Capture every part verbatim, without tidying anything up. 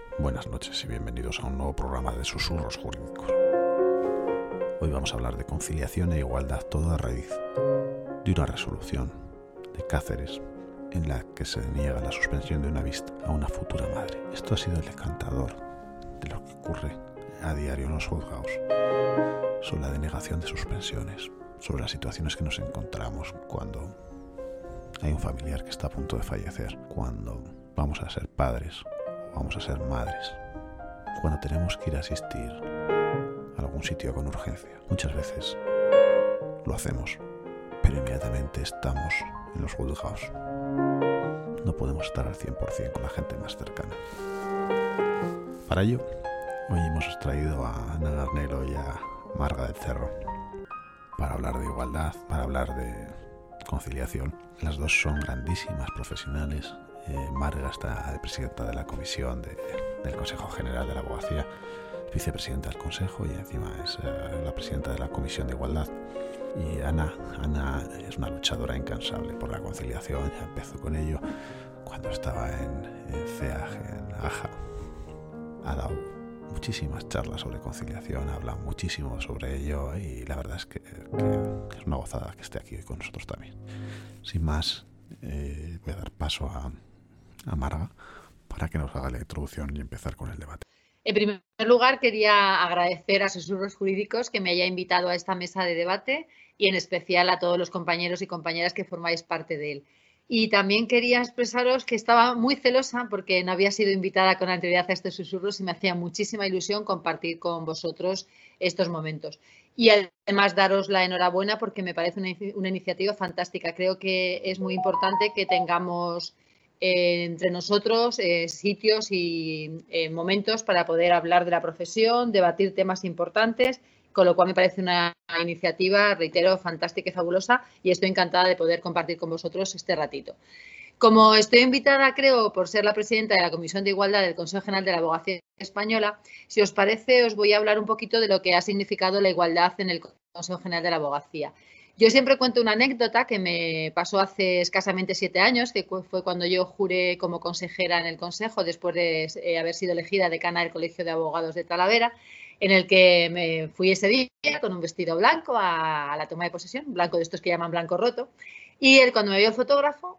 Buenas noches y bienvenidos a un nuevo programa de Susurros Jurídicos. Hoy vamos a hablar de conciliación e igualdad, todo a raíz de una resolución de Cáceres en la que se niega la suspensión de una vista a una futura madre. Esto ha sido el decantador de lo que ocurre a diario en los juzgados sobre la denegación de suspensiones, sobre las situaciones que nos encontramos cuando hay un familiar que está a punto de fallecer, cuando vamos a ser padres o vamos a ser madres, cuando tenemos que ir a asistir a algún sitio con urgencia. Muchas veces lo hacemos, pero inmediatamente estamos en los juzgados. No podemos estar al cien por ciento con la gente más cercana. Para ello, hoy hemos traído a Ana Garnero y a Marga del Cerro para hablar de igualdad, para hablar de conciliación. Las dos son grandísimas profesionales. Eh, Marga está de presidenta de la comisión de, del Consejo General de la Abogacía, vicepresidenta del Consejo y encima es eh, la presidenta de la Comisión de Igualdad. Y Ana, Ana es una luchadora incansable por la conciliación. Ya empezó con ello cuando estaba en, en C E A G, en A J A. Ha dado muchísimas charlas sobre conciliación, habla muchísimo sobre ello y la verdad es que, que es una gozada que esté aquí hoy con nosotros también. Sin más, eh, voy a dar paso a, a Marga para que nos haga la introducción y empezar con el debate. En primer lugar, quería agradecer a Susurros Jurídicos que me haya invitado a esta mesa de debate y en especial a todos los compañeros y compañeras que formáis parte de él. Y también quería expresaros que estaba muy celosa porque no había sido invitada con anterioridad a estos susurros y me hacía muchísima ilusión compartir con vosotros estos momentos. Y además daros la enhorabuena porque me parece una, una iniciativa fantástica. Creo que es muy importante que tengamos eh, entre nosotros eh, sitios y eh, momentos para poder hablar de la profesión, debatir temas importantes, con lo cual me parece una iniciativa, reitero, fantástica y fabulosa y estoy encantada de poder compartir con vosotros este ratito. Como estoy invitada, creo, por ser la presidenta de la Comisión de Igualdad del Consejo General de la Abogacía Española, si os parece, os voy a hablar un poquito de lo que ha significado la igualdad en el Consejo General de la Abogacía. Yo siempre cuento una anécdota que me pasó hace escasamente siete años, que fue cuando yo juré como consejera en el Consejo, después de haber sido elegida decana del Colegio de Abogados de Talavera, en el que me fui ese día con un vestido blanco a, a la toma de posesión, blanco de estos que llaman blanco roto, y él, cuando me vio el fotógrafo,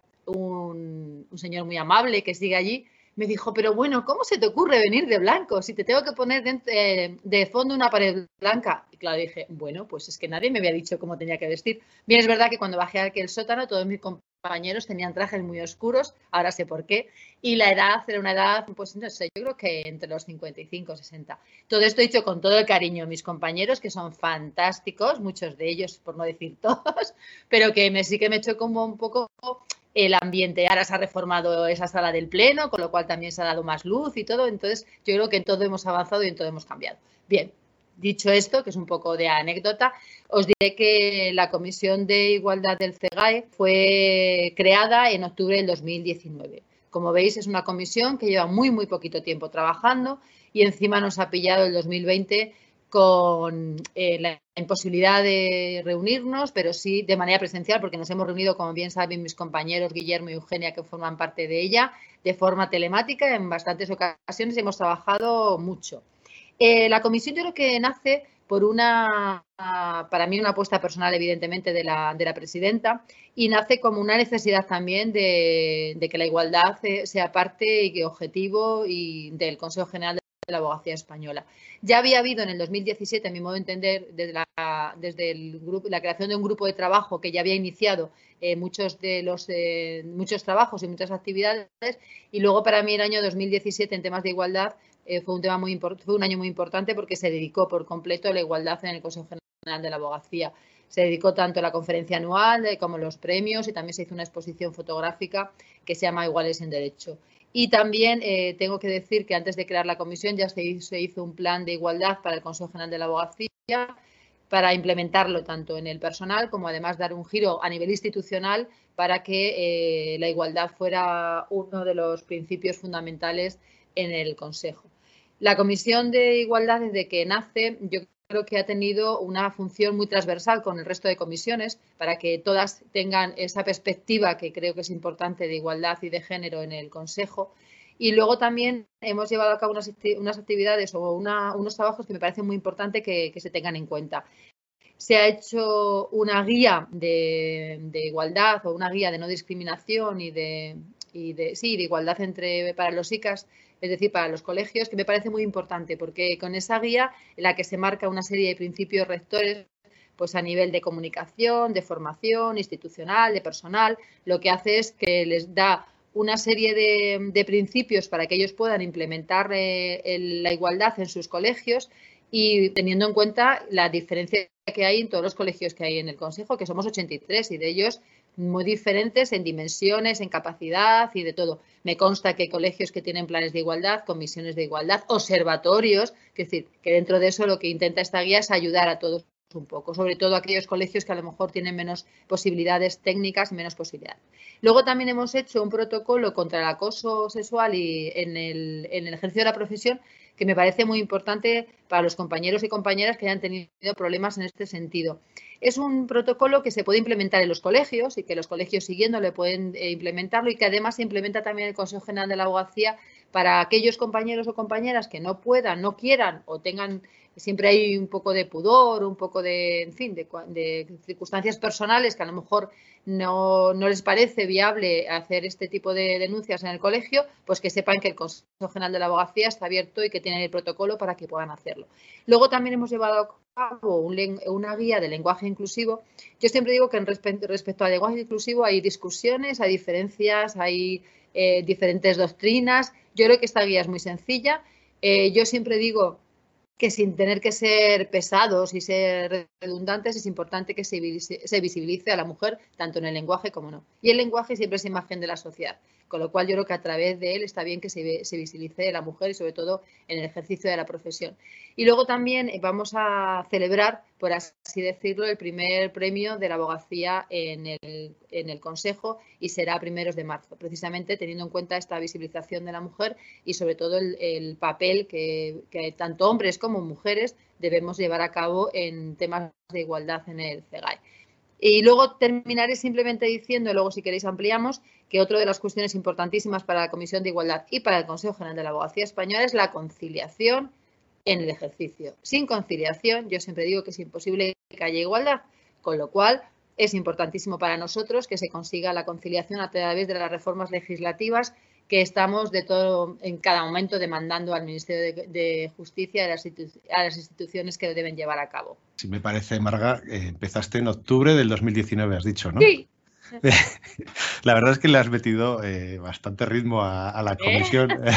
un, un señor muy amable que sigue allí, me dijo, pero bueno, ¿cómo se te ocurre venir de blanco si te tengo que poner de, eh, de fondo una pared blanca? Y claro, dije, bueno, pues es que nadie me había dicho cómo tenía que vestir. Bien, es verdad que cuando bajé aquí al sótano, todos mis compañeros tenían trajes muy oscuros, ahora sé por qué, y la edad era una edad, pues no sé, yo creo que entre los cincuenta y cinco y sesenta. Todo esto hecho con todo el cariño, mis compañeros, que son fantásticos, muchos de ellos, por no decir todos, pero que me, sí que me echó como un poco el ambiente. Ahora se ha reformado esa sala del pleno, con lo cual también se ha dado más luz y todo, entonces yo creo que en todo hemos avanzado y en todo hemos cambiado. Bien, dicho esto, que es un poco de anécdota, os diré que la Comisión de Igualdad del CEGAE fue creada en octubre del dos mil diecinueve. Como veis, es una comisión que lleva muy, muy poquito tiempo trabajando y encima nos ha pillado el dos mil veinte con eh, la imposibilidad de reunirnos, pero sí de manera presencial, porque nos hemos reunido, como bien saben mis compañeros Guillermo y Eugenia, que forman parte de ella, de forma telemática. En bastantes ocasiones hemos trabajado mucho. Eh, la comisión yo creo que nace por una, para mí, una apuesta personal, evidentemente, de la, de la presidenta, y nace como una necesidad también de, de que la igualdad sea parte y objetivo y del Consejo General de la Abogacía Española. Ya había habido en el dos mil diecisiete, a mi modo de entender, desde la, desde el grupo, la creación de un grupo de trabajo que ya había iniciado eh, muchos de los eh, muchos trabajos y muchas actividades, y luego para mí el año dos mil diecisiete en temas de igualdad eh, fue un tema muy fue un año muy importante porque se dedicó por completo a la igualdad en el Consejo General de la Abogacía. Se dedicó tanto a la conferencia anual eh, como los premios, y también se hizo una exposición fotográfica que se llama Iguales en Derecho. Y también eh, tengo que decir que antes de crear la comisión ya se hizo, se hizo un plan de igualdad para el Consejo General de la Abogacía para implementarlo tanto en el personal como además dar un giro a nivel institucional para que eh, la igualdad fuera uno de los principios fundamentales en el Consejo. La Comisión de Igualdad, desde que nace, yo creo que ha tenido una función muy transversal con el resto de comisiones para que todas tengan esa perspectiva que creo que es importante de igualdad y de género en el Consejo. Y luego también hemos llevado a cabo unas, unas actividades o una, unos trabajos que me parece muy importante que, que se tengan en cuenta. Se ha hecho una guía de, de igualdad o una guía de no discriminación y de, y de, sí, de igualdad entre, para los I C A S, es decir, para los colegios, que me parece muy importante, porque con esa guía en la que se marca una serie de principios rectores, pues a nivel de comunicación, de formación institucional, de personal, lo que hace es que les da una serie de, de principios para que ellos puedan implementar eh, el, la igualdad en sus colegios y teniendo en cuenta la diferencia que hay en todos los colegios que hay en el Consejo, que somos ochenta y tres y de ellos muy diferentes en dimensiones, en capacidad y de todo. Me consta que hay colegios que tienen planes de igualdad, comisiones de igualdad, observatorios, es decir, que dentro de eso lo que intenta esta guía es ayudar a todos un poco, sobre todo aquellos colegios que a lo mejor tienen menos posibilidades técnicas y menos posibilidades. Luego también hemos hecho un protocolo contra el acoso sexual y en el, en el ejercicio de la profesión que me parece muy importante para los compañeros y compañeras que hayan tenido problemas en este sentido. Es un protocolo que se puede implementar en los colegios y que los colegios siguiéndole pueden eh, implementarlo y que además se implementa también el Consejo General de la Abogacía para aquellos compañeros o compañeras que no puedan, no quieran o tengan, siempre hay un poco de pudor, un poco de, en fin, de, de circunstancias personales que a lo mejor no, no les parece viable hacer este tipo de denuncias en el colegio, pues que sepan que el Consejo General de la Abogacía está abierto y que tienen el protocolo para que puedan hacerlo. Luego también hemos llevado a cabo un, una guía de lenguaje inclusivo. Yo siempre digo que en respecto, respecto al lenguaje inclusivo hay discusiones, hay diferencias, hay eh, diferentes doctrinas. Yo creo que esta guía es muy sencilla. Eh, yo siempre digo que sin tener que ser pesados y ser redundantes, es importante que se visibilice a la mujer tanto en el lenguaje como no. Y el lenguaje siempre es imagen de la sociedad, con lo cual yo creo que a través de él está bien que se, se visibilice a la mujer y sobre todo en el ejercicio de la profesión. Y luego también vamos a celebrar, por así decirlo, el primer premio de la abogacía en el, en el Consejo y será a primeros de marzo, precisamente teniendo en cuenta esta visibilización de la mujer y sobre todo el, el papel que, que tanto hombres como mujeres debemos llevar a cabo en temas de igualdad en el C E G A E. Y luego terminaré simplemente diciendo, luego si queréis ampliamos, que otra de las cuestiones importantísimas para la Comisión de Igualdad y para el Consejo General de la Abogacía Española es la conciliación en el ejercicio. Sin conciliación, yo siempre digo que es imposible que haya igualdad, con lo cual es importantísimo para nosotros que se consiga la conciliación a través de las reformas legislativas que estamos de todo en cada momento demandando al Ministerio de, de Justicia y a las, a las instituciones que lo deben llevar a cabo. Si me parece, Marga, eh, empezaste en octubre del dos mil diecinueve, has dicho, ¿no? Sí. La verdad es que le has metido eh, bastante ritmo a, a la comisión. ¿Eh?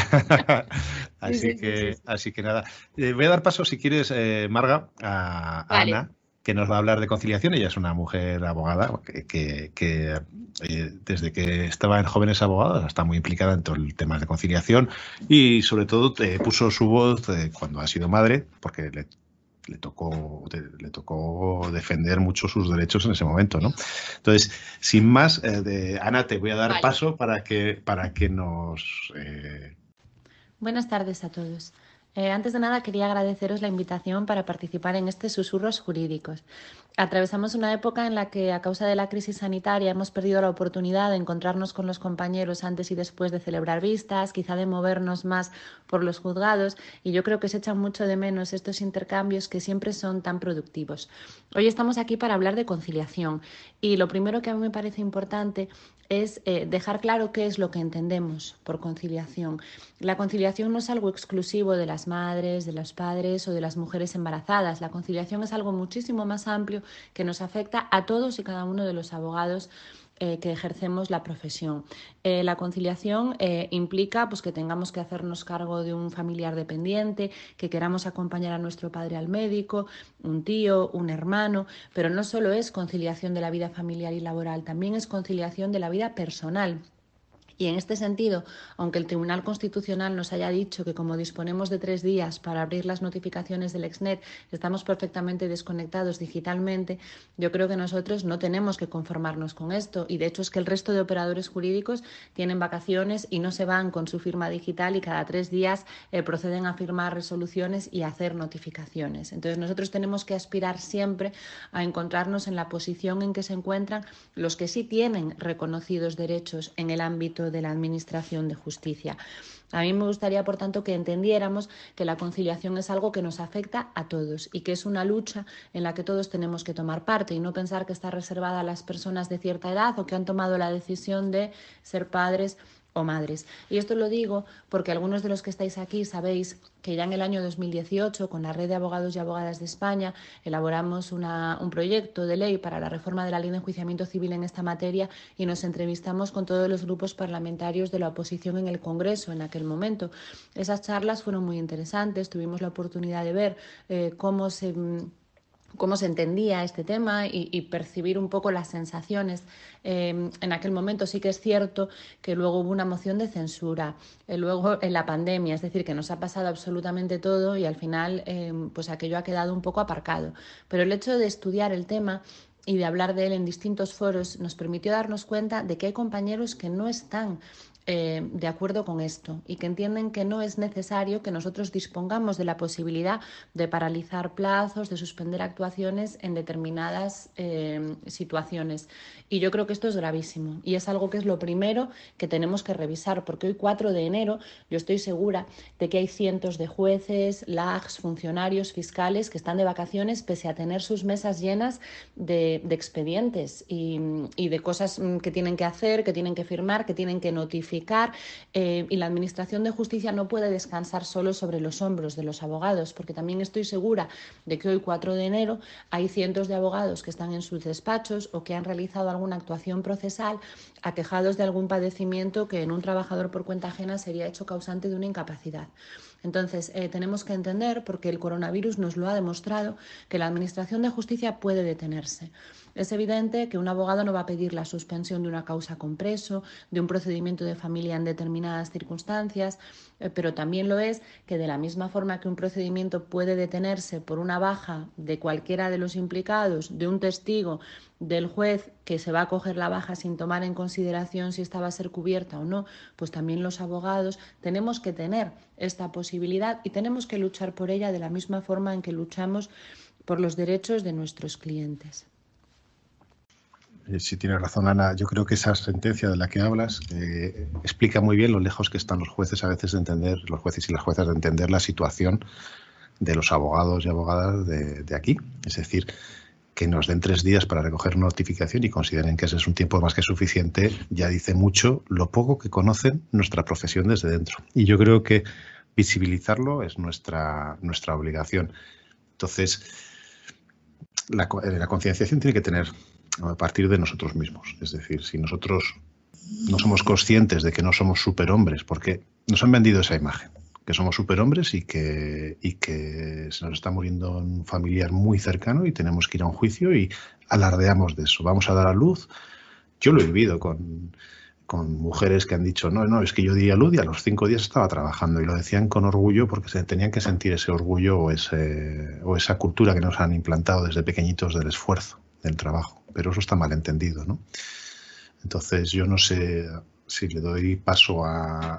así, sí, sí, que, sí, sí. así que nada. Eh, voy a dar paso, si quieres, eh, Marga, a, a vale. Ana, que nos va a hablar de conciliación. Ella es una mujer abogada que, que, que eh, desde que estaba en Jóvenes Abogados está muy implicada en todo el tema de conciliación y sobre todo eh, puso su voz eh, cuando ha sido madre, porque le Le tocó, le tocó defender mucho sus derechos en ese momento, ¿no? Entonces, sin más, eh, de, Ana, te voy a dar vale. paso para que, para que nos... Eh... Buenas tardes a todos. Eh, antes de nada, quería agradeceros la invitación para participar en este Susurros Jurídicos. Atravesamos una época en la que, a causa de la crisis sanitaria, hemos perdido la oportunidad de encontrarnos con los compañeros antes y después de celebrar vistas, quizá de movernos más por los juzgados, y yo creo que se echan mucho de menos estos intercambios que siempre son tan productivos. Hoy estamos aquí para hablar de conciliación, y lo primero que a mí me parece importante es eh, dejar claro qué es lo que entendemos por conciliación. La conciliación no es algo exclusivo de las madres, de los padres o de las mujeres embarazadas. La conciliación es algo muchísimo más amplio que nos afecta a todos y cada uno de los abogados eh, que ejercemos la profesión. Eh, la conciliación eh, implica pues, que tengamos que hacernos cargo de un familiar dependiente, que queramos acompañar a nuestro padre al médico, un tío, un hermano, pero no solo es conciliación de la vida familiar y laboral, también es conciliación de la vida personal. Y en este sentido, aunque el Tribunal Constitucional nos haya dicho que como disponemos de tres días para abrir las notificaciones del Exnet, estamos perfectamente desconectados digitalmente, yo creo que nosotros no tenemos que conformarnos con esto. Y de hecho es que el resto de operadores jurídicos tienen vacaciones y no se van con su firma digital y cada tres días eh, proceden a firmar resoluciones y a hacer notificaciones. Entonces nosotros tenemos que aspirar siempre a encontrarnos en la posición en que se encuentran los que sí tienen reconocidos derechos en el ámbito ámbito de la Administración de Justicia. A mí me gustaría, por tanto, que entendiéramos que la conciliación es algo que nos afecta a todos y que es una lucha en la que todos tenemos que tomar parte y no pensar que está reservada a las personas de cierta edad o que han tomado la decisión de ser padres o madres. Y esto lo digo porque algunos de los que estáis aquí sabéis que ya en el año dos mil dieciocho, con la Red de Abogados y Abogadas de España, elaboramos una, un proyecto de ley para la reforma de la Ley de Enjuiciamiento Civil en esta materia y nos entrevistamos con todos los grupos parlamentarios de la oposición en el Congreso en aquel momento. Esas charlas fueron muy interesantes, tuvimos la oportunidad de ver eh, cómo se... cómo se entendía este tema y, y percibir un poco las sensaciones. Eh, en aquel momento sí que es cierto que luego hubo una moción de censura, eh, luego en la pandemia, es decir, que nos ha pasado absolutamente todo y al final eh, pues aquello ha quedado un poco aparcado. Pero el hecho de estudiar el tema y de hablar de él en distintos foros nos permitió darnos cuenta de que hay compañeros que no están Eh, de acuerdo con esto y que entienden que no es necesario que nosotros dispongamos de la posibilidad de paralizar plazos, de suspender actuaciones en determinadas eh, situaciones. Y yo creo que esto es gravísimo y es algo que es lo primero que tenemos que revisar, porque hoy cuatro de enero yo estoy segura de que hay cientos de jueces, L A Gs, funcionarios fiscales que están de vacaciones pese a tener sus mesas llenas de, de expedientes y, y de cosas que tienen que hacer, que tienen que firmar, que tienen que notificar. Eh, y la Administración de Justicia no puede descansar solo sobre los hombros de los abogados, porque también estoy segura de que hoy, cuatro de enero, hay cientos de abogados que están en sus despachos o que han realizado alguna actuación procesal aquejados de algún padecimiento que en un trabajador por cuenta ajena sería hecho causante de una incapacidad. Entonces, eh, tenemos que entender, porque el coronavirus nos lo ha demostrado, que la Administración de Justicia puede detenerse. Es evidente que un abogado no va a pedir la suspensión de una causa compreso, de un procedimiento de familia en determinadas circunstancias, eh, pero también lo es que de la misma forma que un procedimiento puede detenerse por una baja de cualquiera de los implicados, de un testigo, del juez que se va a coger la baja sin tomar en consideración si esta va a ser cubierta o no, pues también los abogados tenemos que tener esta posibilidad y tenemos que luchar por ella de la misma forma en que luchamos por los derechos de nuestros clientes. Sí, tienes razón, Ana. Yo creo que esa sentencia de la que hablas eh, explica muy bien lo lejos que están los jueces a veces de entender, los jueces y las juezas de entender la situación de los abogados y abogadas de, de aquí. Es decir, que nos den tres días para recoger una notificación y consideren que ese es un tiempo más que suficiente, ya dice mucho lo poco que conocen nuestra profesión desde dentro. Y yo creo que visibilizarlo es nuestra, nuestra obligación. Entonces, la, la concienciación tiene que tener a partir de nosotros mismos. Es decir, si nosotros no somos conscientes de que no somos superhombres, porque nos han vendido esa imagen, que somos superhombres y que, y que se nos está muriendo un familiar muy cercano y tenemos que ir a un juicio y alardeamos de eso. Vamos a dar a luz. Yo lo he vivido con, con mujeres que han dicho, no, no, es que yo di a luz y a los cinco días estaba trabajando, y lo decían con orgullo porque se tenían que sentir ese orgullo o, ese, o esa cultura que nos han implantado desde pequeñitos del esfuerzo, del trabajo. Pero eso está mal entendido, ¿no? Entonces, yo no sé si le doy paso a,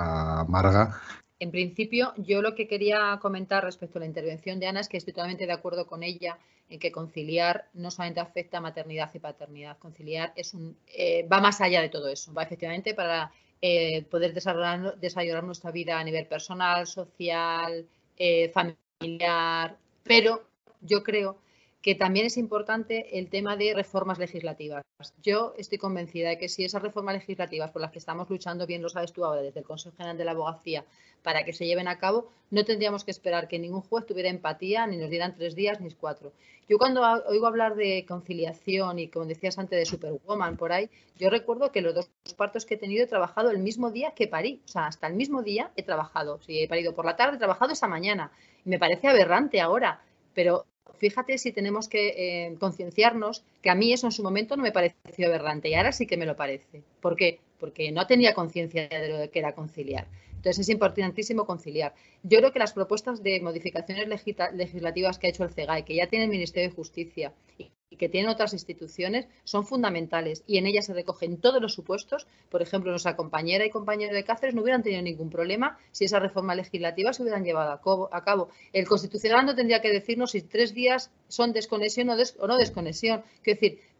a Marga. En principio, yo lo que quería comentar respecto a la intervención de Ana es que estoy totalmente de acuerdo con ella en que conciliar no solamente afecta a maternidad y paternidad. Conciliar es un, eh, va más allá de todo eso. Va efectivamente para eh, poder desarrollar, desarrollar nuestra vida a nivel personal, social, eh, familiar. Pero yo creo que también es importante el tema de reformas legislativas. Yo estoy convencida de que si esas reformas legislativas por las que estamos luchando, bien lo sabes tú ahora desde el Consejo General de la Abogacía, para que se lleven a cabo, no tendríamos que esperar que ningún juez tuviera empatía, ni nos dieran tres días ni cuatro. Yo cuando oigo hablar de conciliación y, como decías antes, de Superwoman por ahí, yo recuerdo que los dos partos que he tenido he trabajado el mismo día que parí. O sea, hasta el mismo día he trabajado. Si he parido por la tarde, he trabajado esa mañana. Y me parece aberrante ahora, pero fíjate si tenemos que eh, concienciarnos que a mí eso en su momento no me pareció aberrante y ahora sí que me lo parece. ¿Por qué? Porque no tenía conciencia de lo que era conciliar. Entonces es importantísimo conciliar. Yo creo que las propuestas de modificaciones legislativas que ha hecho el CEGAE, que ya tiene el Ministerio de Justicia y que tienen otras instituciones, son fundamentales y en ellas se recogen todos los supuestos. Por ejemplo, nuestra compañera y compañero de Cáceres no hubieran tenido ningún problema si esas reformas legislativas se hubieran llevado a cabo. El Constitucional no tendría que decirnos si tres días son desconexión o, des o no desconexión. Quiero decir,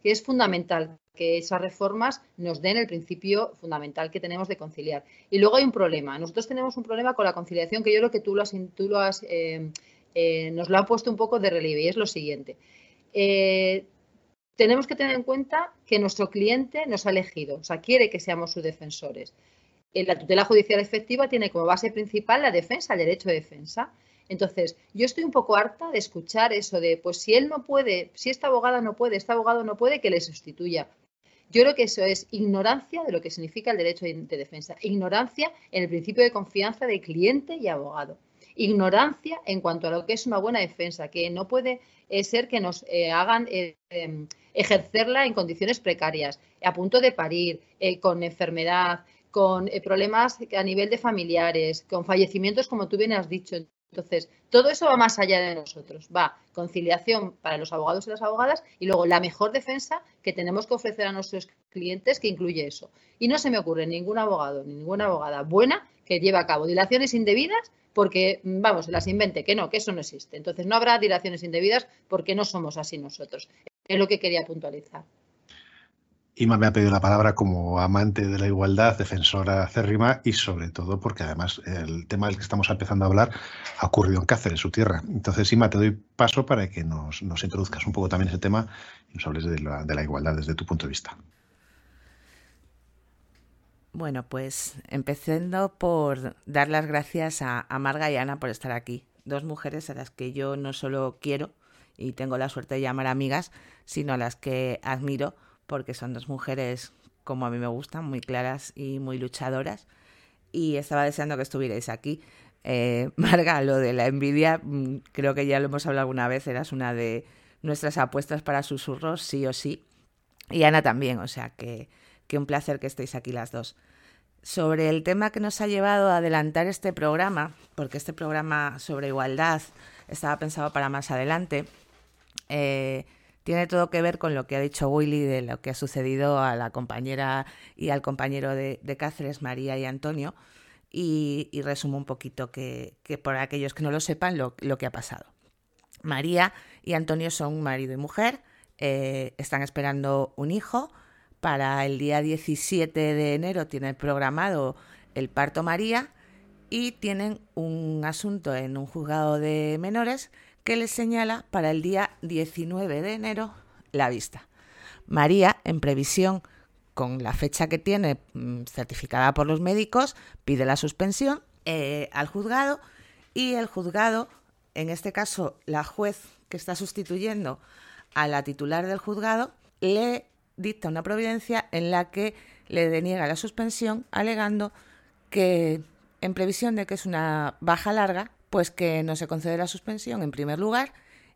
que es fundamental que esas reformas nos den el principio fundamental que tenemos de conciliar. Y luego hay un problema. Nosotros tenemos un problema con la conciliación que yo creo que tú lo has, tú lo has eh, eh, nos lo ha puesto un poco de relieve, y es lo siguiente. Eh, tenemos que tener en cuenta que nuestro cliente nos ha elegido, o sea, quiere que seamos sus defensores. La tutela judicial efectiva tiene como base principal la defensa, el derecho de defensa. Entonces, yo estoy un poco harta de escuchar eso de, pues si él no puede, si esta abogada no puede, este abogado no puede, que le sustituya. Yo creo que eso es ignorancia de lo que significa el derecho de defensa, ignorancia en el principio de confianza de cliente y abogado, ignorancia en cuanto a lo que es una buena defensa, que no puede eh, ser que nos eh, hagan eh, eh, ejercerla en condiciones precarias, a punto de parir, eh, con enfermedad, con eh, problemas a nivel de familiares, con fallecimientos, como tú bien has dicho. Entonces, todo eso va más allá de nosotros. Va conciliación para los abogados y las abogadas y luego la mejor defensa que tenemos que ofrecer a nuestros clientes, que incluye eso. Y no se me ocurre ningún abogado ni ninguna abogada buena que lleve a cabo dilaciones indebidas porque, vamos, se las invente, que no, que eso no existe. Entonces, no habrá dilaciones indebidas porque no somos así nosotros. Es lo que quería puntualizar. Ima me ha pedido la palabra como amante de la igualdad, defensora acérrima y sobre todo porque además el tema del que estamos empezando a hablar ha ocurrido en Cáceres, su tierra. Entonces, Ima, te doy paso para que nos, nos introduzcas un poco también ese tema y nos hables de la, de la igualdad desde tu punto de vista. Bueno, pues empezando por dar las gracias a, a Marga y Ana por estar aquí. Dos mujeres a las que yo no solo quiero y tengo la suerte de llamar amigas, sino a las que admiro, porque son dos mujeres, como a mí me gustan, muy claras y muy luchadoras. Y estaba deseando que estuvierais aquí. Eh, Marga, lo de la envidia, creo que ya lo hemos hablado alguna vez, eras una de nuestras apuestas para Susurros, sí o sí. Y Ana también, o sea que, que un placer que estéis aquí las dos. Sobre el tema que nos ha llevado a adelantar este programa, porque este programa sobre igualdad estaba pensado para más adelante, eh, tiene todo que ver con lo que ha dicho Willy de lo que ha sucedido a la compañera y al compañero de, de Cáceres, María y Antonio, y, y resumo un poquito que, que por aquellos que no lo sepan lo, lo que ha pasado. María y Antonio son marido y mujer, eh, están esperando un hijo. Para el día diecisiete de enero tienen programado el parto María y tienen un asunto en un juzgado de menores que les señala para el día diecinueve de enero la vista. María, en previsión con la fecha que tiene certificada por los médicos, pide la suspensión eh, al juzgado y el juzgado, en este caso la juez que está sustituyendo a la titular del juzgado, le dicta una providencia en la que le deniega la suspensión alegando que, en previsión de que es una baja larga, pues que no se concede la suspensión en primer lugar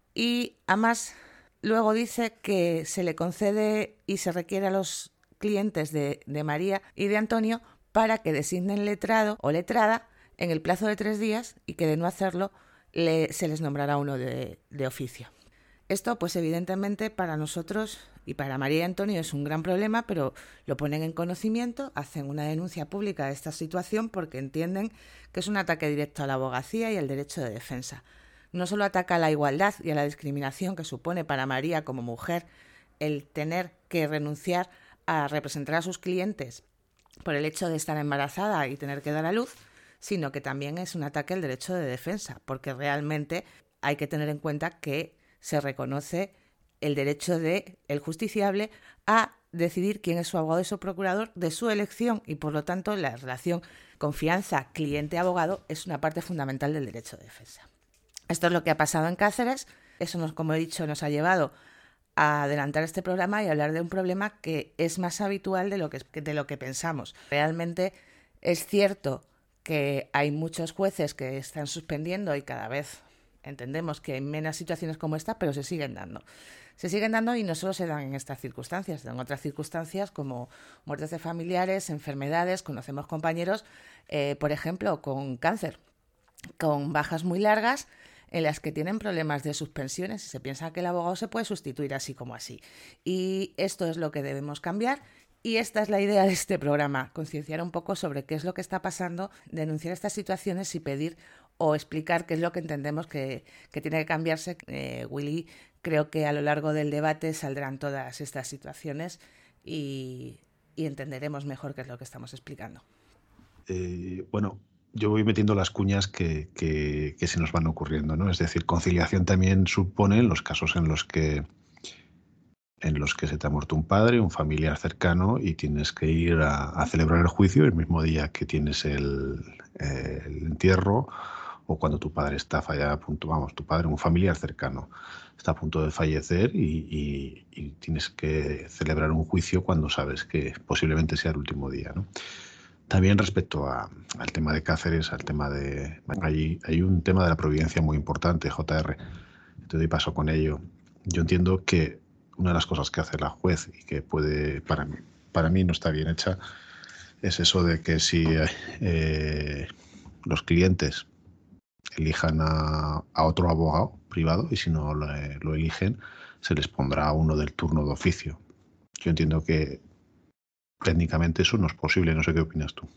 y además luego dice que se le concede y se requiere a los clientes de, de María y de Antonio para que designen letrado o letrada en el plazo de tres días y que de no hacerlo le, se les nombrará uno de, de oficio. Esto, pues evidentemente para nosotros y para María y Antonio es un gran problema, pero lo ponen en conocimiento, hacen una denuncia pública de esta situación porque entienden que es un ataque directo a la abogacía y al derecho de defensa. No solo ataca a la igualdad y a la discriminación que supone para María como mujer el tener que renunciar a representar a sus clientes por el hecho de estar embarazada y tener que dar a luz, sino que también es un ataque al derecho de defensa, porque realmente hay que tener en cuenta que se reconoce el derecho del justiciable a decidir quién es su abogado y su procurador de su elección y, por lo tanto, la relación confianza cliente-abogado es una parte fundamental del derecho de defensa. Esto es lo que ha pasado en Cáceres. Eso, nos, como he dicho, nos ha llevado a adelantar este programa y hablar de un problema que es más habitual de lo que, de lo que pensamos. Realmente es cierto que hay muchos jueces que están suspendiendo y cada vez entendemos que hay menos situaciones como esta, pero se siguen dando. Se siguen dando y no solo se dan en estas circunstancias, se dan otras circunstancias como muertes de familiares, enfermedades. Conocemos compañeros, eh, por ejemplo, con cáncer, con bajas muy largas, en las que tienen problemas de suspensiones y se piensa que el abogado se puede sustituir así como así. Y esto es lo que debemos cambiar. Y esta es la idea de este programa, concienciar un poco sobre qué es lo que está pasando, denunciar estas situaciones y pedir o explicar qué es lo que entendemos que, que tiene que cambiarse. Eh, Willy, creo que a lo largo del debate saldrán todas estas situaciones y, y entenderemos mejor qué es lo que estamos explicando. Eh, bueno, yo voy metiendo las cuñas que, que, que se nos van ocurriendo, ¿no? Es decir, conciliación también supone los casos en los que en los que se te ha muerto un padre, un familiar cercano y tienes que ir a, a celebrar el juicio el mismo día que tienes el, eh, el entierro, o cuando tu padre está fallado a punto, vamos, tu padre, un familiar cercano, está a punto de fallecer y, y, y tienes que celebrar un juicio cuando sabes que posiblemente sea el último día, ¿no? También respecto a, al tema de Cáceres, al tema de... Hay, hay un tema de la providencia muy importante, J R, te doy paso con ello. Yo entiendo que una de las cosas que hace la juez y que puede, para mí, para mí no está bien hecha, es eso de que si eh, los clientes elijan a, a otro abogado privado y si no lo, lo eligen, se les pondrá uno del turno de oficio. Yo entiendo que técnicamente eso no es posible, no sé qué opinas tú.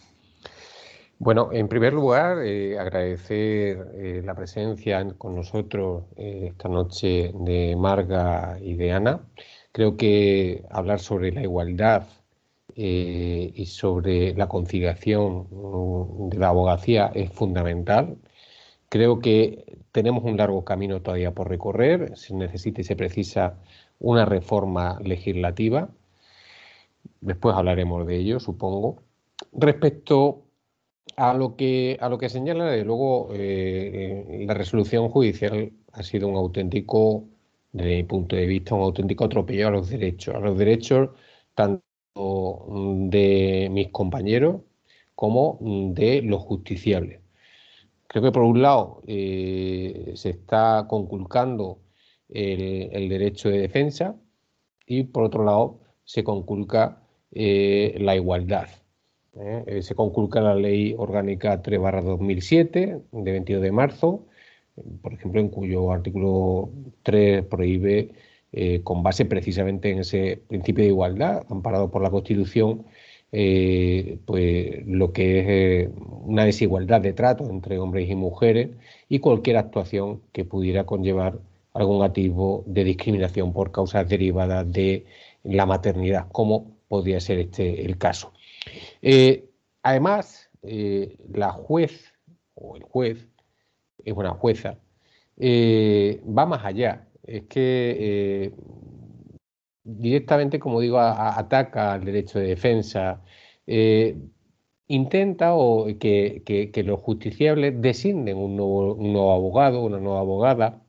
Bueno, en primer lugar, eh, agradecer eh, la presencia con nosotros eh, esta noche de Marga y de Ana. Creo que hablar sobre la igualdad eh, y sobre la conciliación um, de la abogacía es fundamental. Creo que tenemos un largo camino todavía por recorrer. Se necesita y se precisa una reforma legislativa. Después hablaremos de ello, supongo. Respecto a lo que, a lo que señala, desde luego, eh, la resolución judicial ha sido un auténtico, desde mi punto de vista, un auténtico atropello a los derechos, a los derechos tanto de mis compañeros como de los justiciables. Creo que por un lado eh, se está conculcando el, el derecho de defensa y por otro lado se conculca eh, la igualdad. Eh, se conculca la Ley Orgánica tres barra dos mil siete de veintidós de marzo, por ejemplo, en cuyo artículo tres prohíbe, eh, con base precisamente en ese principio de igualdad, amparado por la Constitución, eh, pues lo que es eh, una desigualdad de trato entre hombres y mujeres y cualquier actuación que pudiera conllevar algún atisbo de discriminación por causas derivadas de la maternidad, como podría ser este el caso. Eh, además, eh, la juez o el juez, es una jueza, eh, va más allá. Es que eh, directamente, como digo, a, a, ataca al derecho de defensa, eh, intenta o que, que, que los justiciables designen un nuevo, un nuevo abogado, una nueva abogada,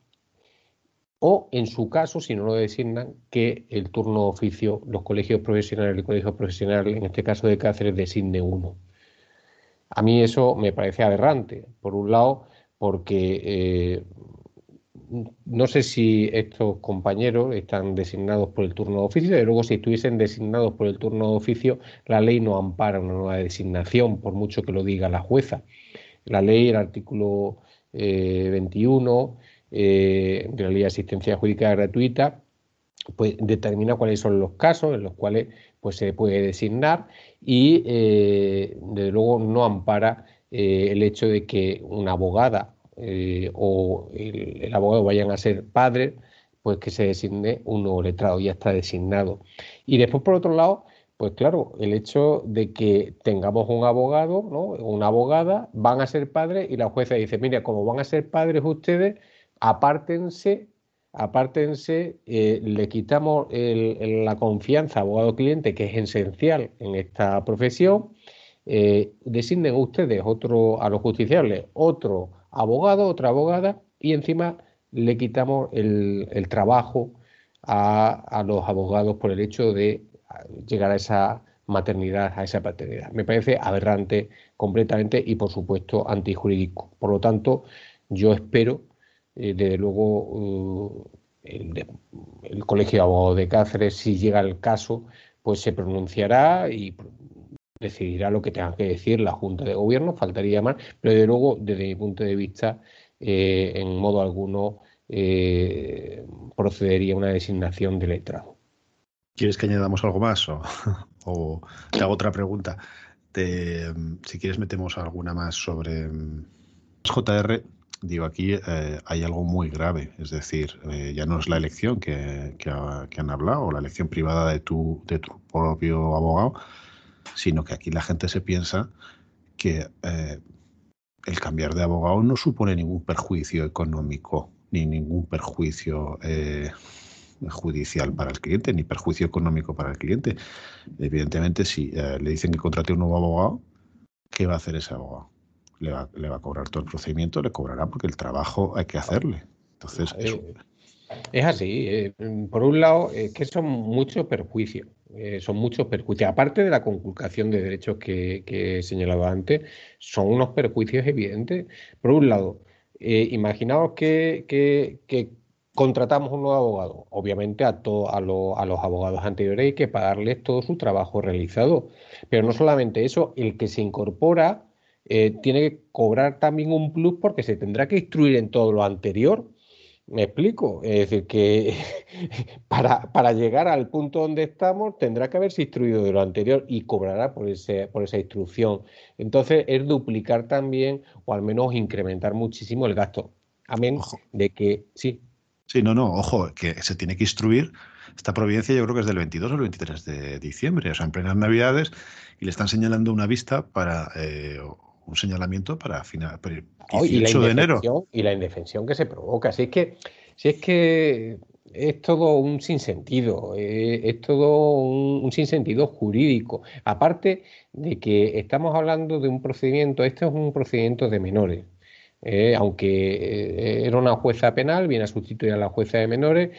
o, en su caso, si no lo designan, que el turno de oficio, los colegios profesionales, el colegio profesional, en este caso de Cáceres, designe uno. A mí eso me parece aberrante, por un lado, porque eh, no sé si estos compañeros están designados por el turno de oficio, de luego si estuviesen designados por el turno de oficio, la ley no ampara una nueva designación, por mucho que lo diga la jueza. La ley, el artículo eh, veintiuno... Eh, de la Ley de Asistencia Jurídica Gratuita, pues determina cuáles son los casos en los cuales pues, se puede designar y eh, desde luego no ampara eh, el hecho de que una abogada eh, o el, el abogado vayan a ser padres, pues que se designe un nuevo letrado, ya está designado. Y después, por otro lado, pues claro, el hecho de que tengamos un abogado, ¿no? Una abogada, van a ser padres y la jueza dice, mira, como van a ser padres ustedes, apártense, apártense, eh, le quitamos el, el, la confianza abogado-cliente, que es esencial en esta profesión, eh, designen ustedes otro, a los justiciables otro abogado, otra abogada, y encima le quitamos el, el trabajo a, a los abogados por el hecho de llegar a esa maternidad, a esa paternidad. Me parece aberrante completamente y, por supuesto, antijurídico. Por lo tanto, yo espero Eh, desde luego, uh, el, el Colegio de Abogados de Cáceres, si llega el caso, pues se pronunciará y decidirá lo que tenga que decir la Junta de Gobierno, faltaría más, pero desde luego, desde mi punto de vista, eh, en modo alguno eh, procedería a una designación de letrado. ¿Quieres que añadamos algo más o, o te hago otra pregunta? Te, si quieres metemos alguna más sobre J R, digo, aquí eh, hay algo muy grave, es decir, eh, ya no es la elección que, que, ha, que han hablado, o la elección privada de tu, de tu propio abogado, sino que aquí la gente se piensa que eh, el cambiar de abogado no supone ningún perjuicio económico, ni ningún perjuicio eh, judicial para el cliente, ni perjuicio económico para el cliente. Evidentemente, si eh, le dicen que contrate un nuevo abogado, ¿qué va a hacer ese abogado? Le va, le va a cobrar todo el procedimiento, le cobrará porque el trabajo hay que hacerle. Entonces, Eh, eso. Es así. Eh, por un lado, es que son muchos perjuicios. Eh, son muchos perjuicios. Aparte de la conculcación de derechos que, que he señalado antes, son unos perjuicios evidentes. Por un lado, eh, imaginaos que, que, que contratamos un nuevo abogado. Obviamente a, to, a, lo, a los abogados anteriores hay que pagarles todo su trabajo realizado. Pero no solamente eso, el que se incorpora eh, tiene que cobrar también un plus porque se tendrá que instruir en todo lo anterior. ¿Me explico? Es decir, que para, para llegar al punto donde estamos tendrá que haberse instruido de lo anterior y cobrará por, ese, por esa instrucción. Entonces es duplicar también o al menos incrementar muchísimo el gasto. Amén Ojo. De que sí. Sí, no, no, ojo, que se tiene que instruir. Esta providencia yo creo que es del veintidós al veintitrés de diciembre, o sea, en plenas Navidades, y le están señalando una vista para... Eh, un señalamiento para final, para el dieciocho de enero. Y la indefensión que se provoca. Si es que, si es que es todo un sinsentido, eh, es todo un, un sinsentido jurídico. Aparte de que estamos hablando de un procedimiento, este es un procedimiento de menores. Eh, aunque eh, era una jueza penal, viene a sustituir a la jueza de menores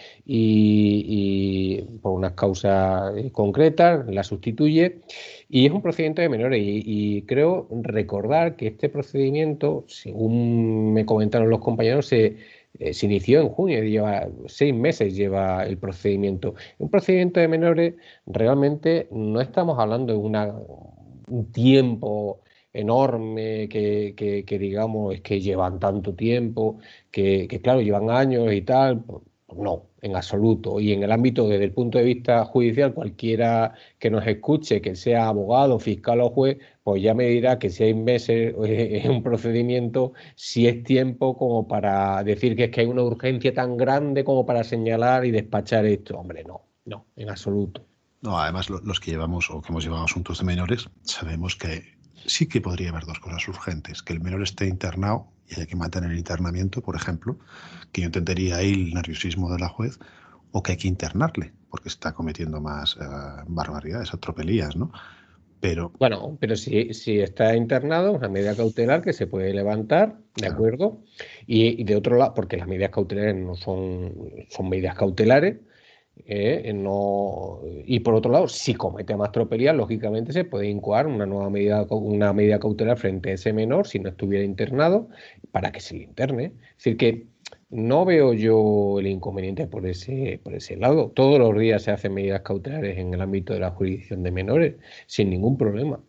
y, y por unas causas concretas la sustituye y es un procedimiento de menores y, y creo recordar que este procedimiento, según me comentaron los compañeros, se, eh, se inició en junio, lleva seis meses lleva el procedimiento. Un procedimiento de menores realmente no estamos hablando de una, un tiempo enorme, que, que, que digamos es que llevan tanto tiempo, que, que claro, llevan años y tal. No, en absoluto. Y en el ámbito, desde el punto de vista judicial, cualquiera que nos escuche, que sea abogado, fiscal o juez, pues ya me dirá que seis meses es un procedimiento, si es tiempo como para decir que es que hay una urgencia tan grande como para señalar y despachar esto. Hombre, no, no, en absoluto. No, además los que llevamos o que hemos llevado asuntos de menores, sabemos que sí que podría haber dos cosas urgentes, que el menor esté internado y haya que mantener el internamiento, por ejemplo, que yo entendería ahí el nerviosismo de la juez, o que hay que internarle, porque está cometiendo más uh, barbaridades, atropelías, ¿no? Pero... Bueno, pero si, si está internado, una medida cautelar que se puede levantar, ¿de claro. acuerdo? Y, y de otro lado, porque las medidas cautelares no son, son medidas cautelares, Eh, no, y por otro lado, si comete más tropelías, lógicamente se puede incoar una nueva medida, una medida cautelar frente a ese menor si no estuviera internado para que se le interne. Es decir, que no veo yo el inconveniente por ese, por ese lado. Todos los días se hacen medidas cautelares en el ámbito de la jurisdicción de menores sin ningún problema.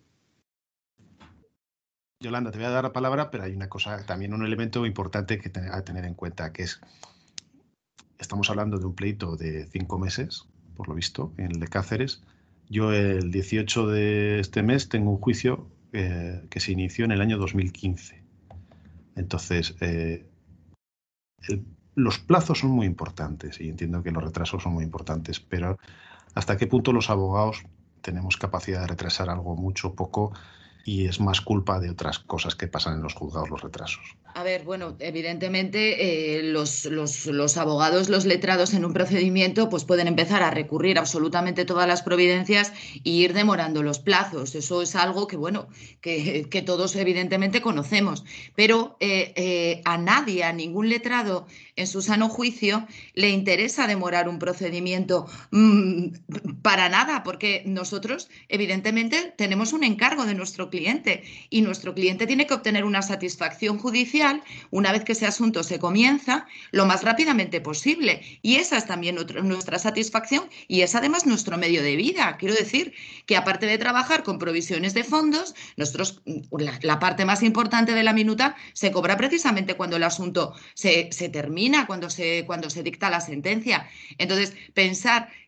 Yolanda, te voy a dar la palabra, pero hay una cosa, también un elemento importante que te, a tener en cuenta, que es... Estamos hablando de un pleito de cinco meses, por lo visto, en el de Cáceres. Yo el dieciocho de este mes tengo un juicio eh, que se inició en el año dos mil quince. Entonces, eh, el, los plazos son muy importantes y entiendo que los retrasos son muy importantes, pero ¿hasta qué punto los abogados tenemos capacidad de retrasar algo mucho, poco, y es más culpa de otras cosas que pasan en los juzgados los retrasos? A ver, bueno, evidentemente eh, los, los, los abogados, los letrados en un procedimiento pues pueden empezar a recurrir absolutamente todas las providencias y ir demorando los plazos. Eso es algo que, bueno, que, que todos evidentemente conocemos. Pero eh, eh, a nadie, a ningún letrado en su sano juicio le interesa demorar un procedimiento mmm, para nada, porque nosotros evidentemente tenemos un encargo de nuestro cliente y nuestro cliente tiene que obtener una satisfacción judicial una vez que ese asunto se comienza lo más rápidamente posible, y esa es también nuestra satisfacción y es además nuestro medio de vida. Quiero decir que aparte de trabajar con provisiones de fondos, nosotros, la, la parte más importante de la minuta se cobra precisamente cuando el asunto se, se termina, cuando se, cuando se dicta la sentencia. Entonces, pensar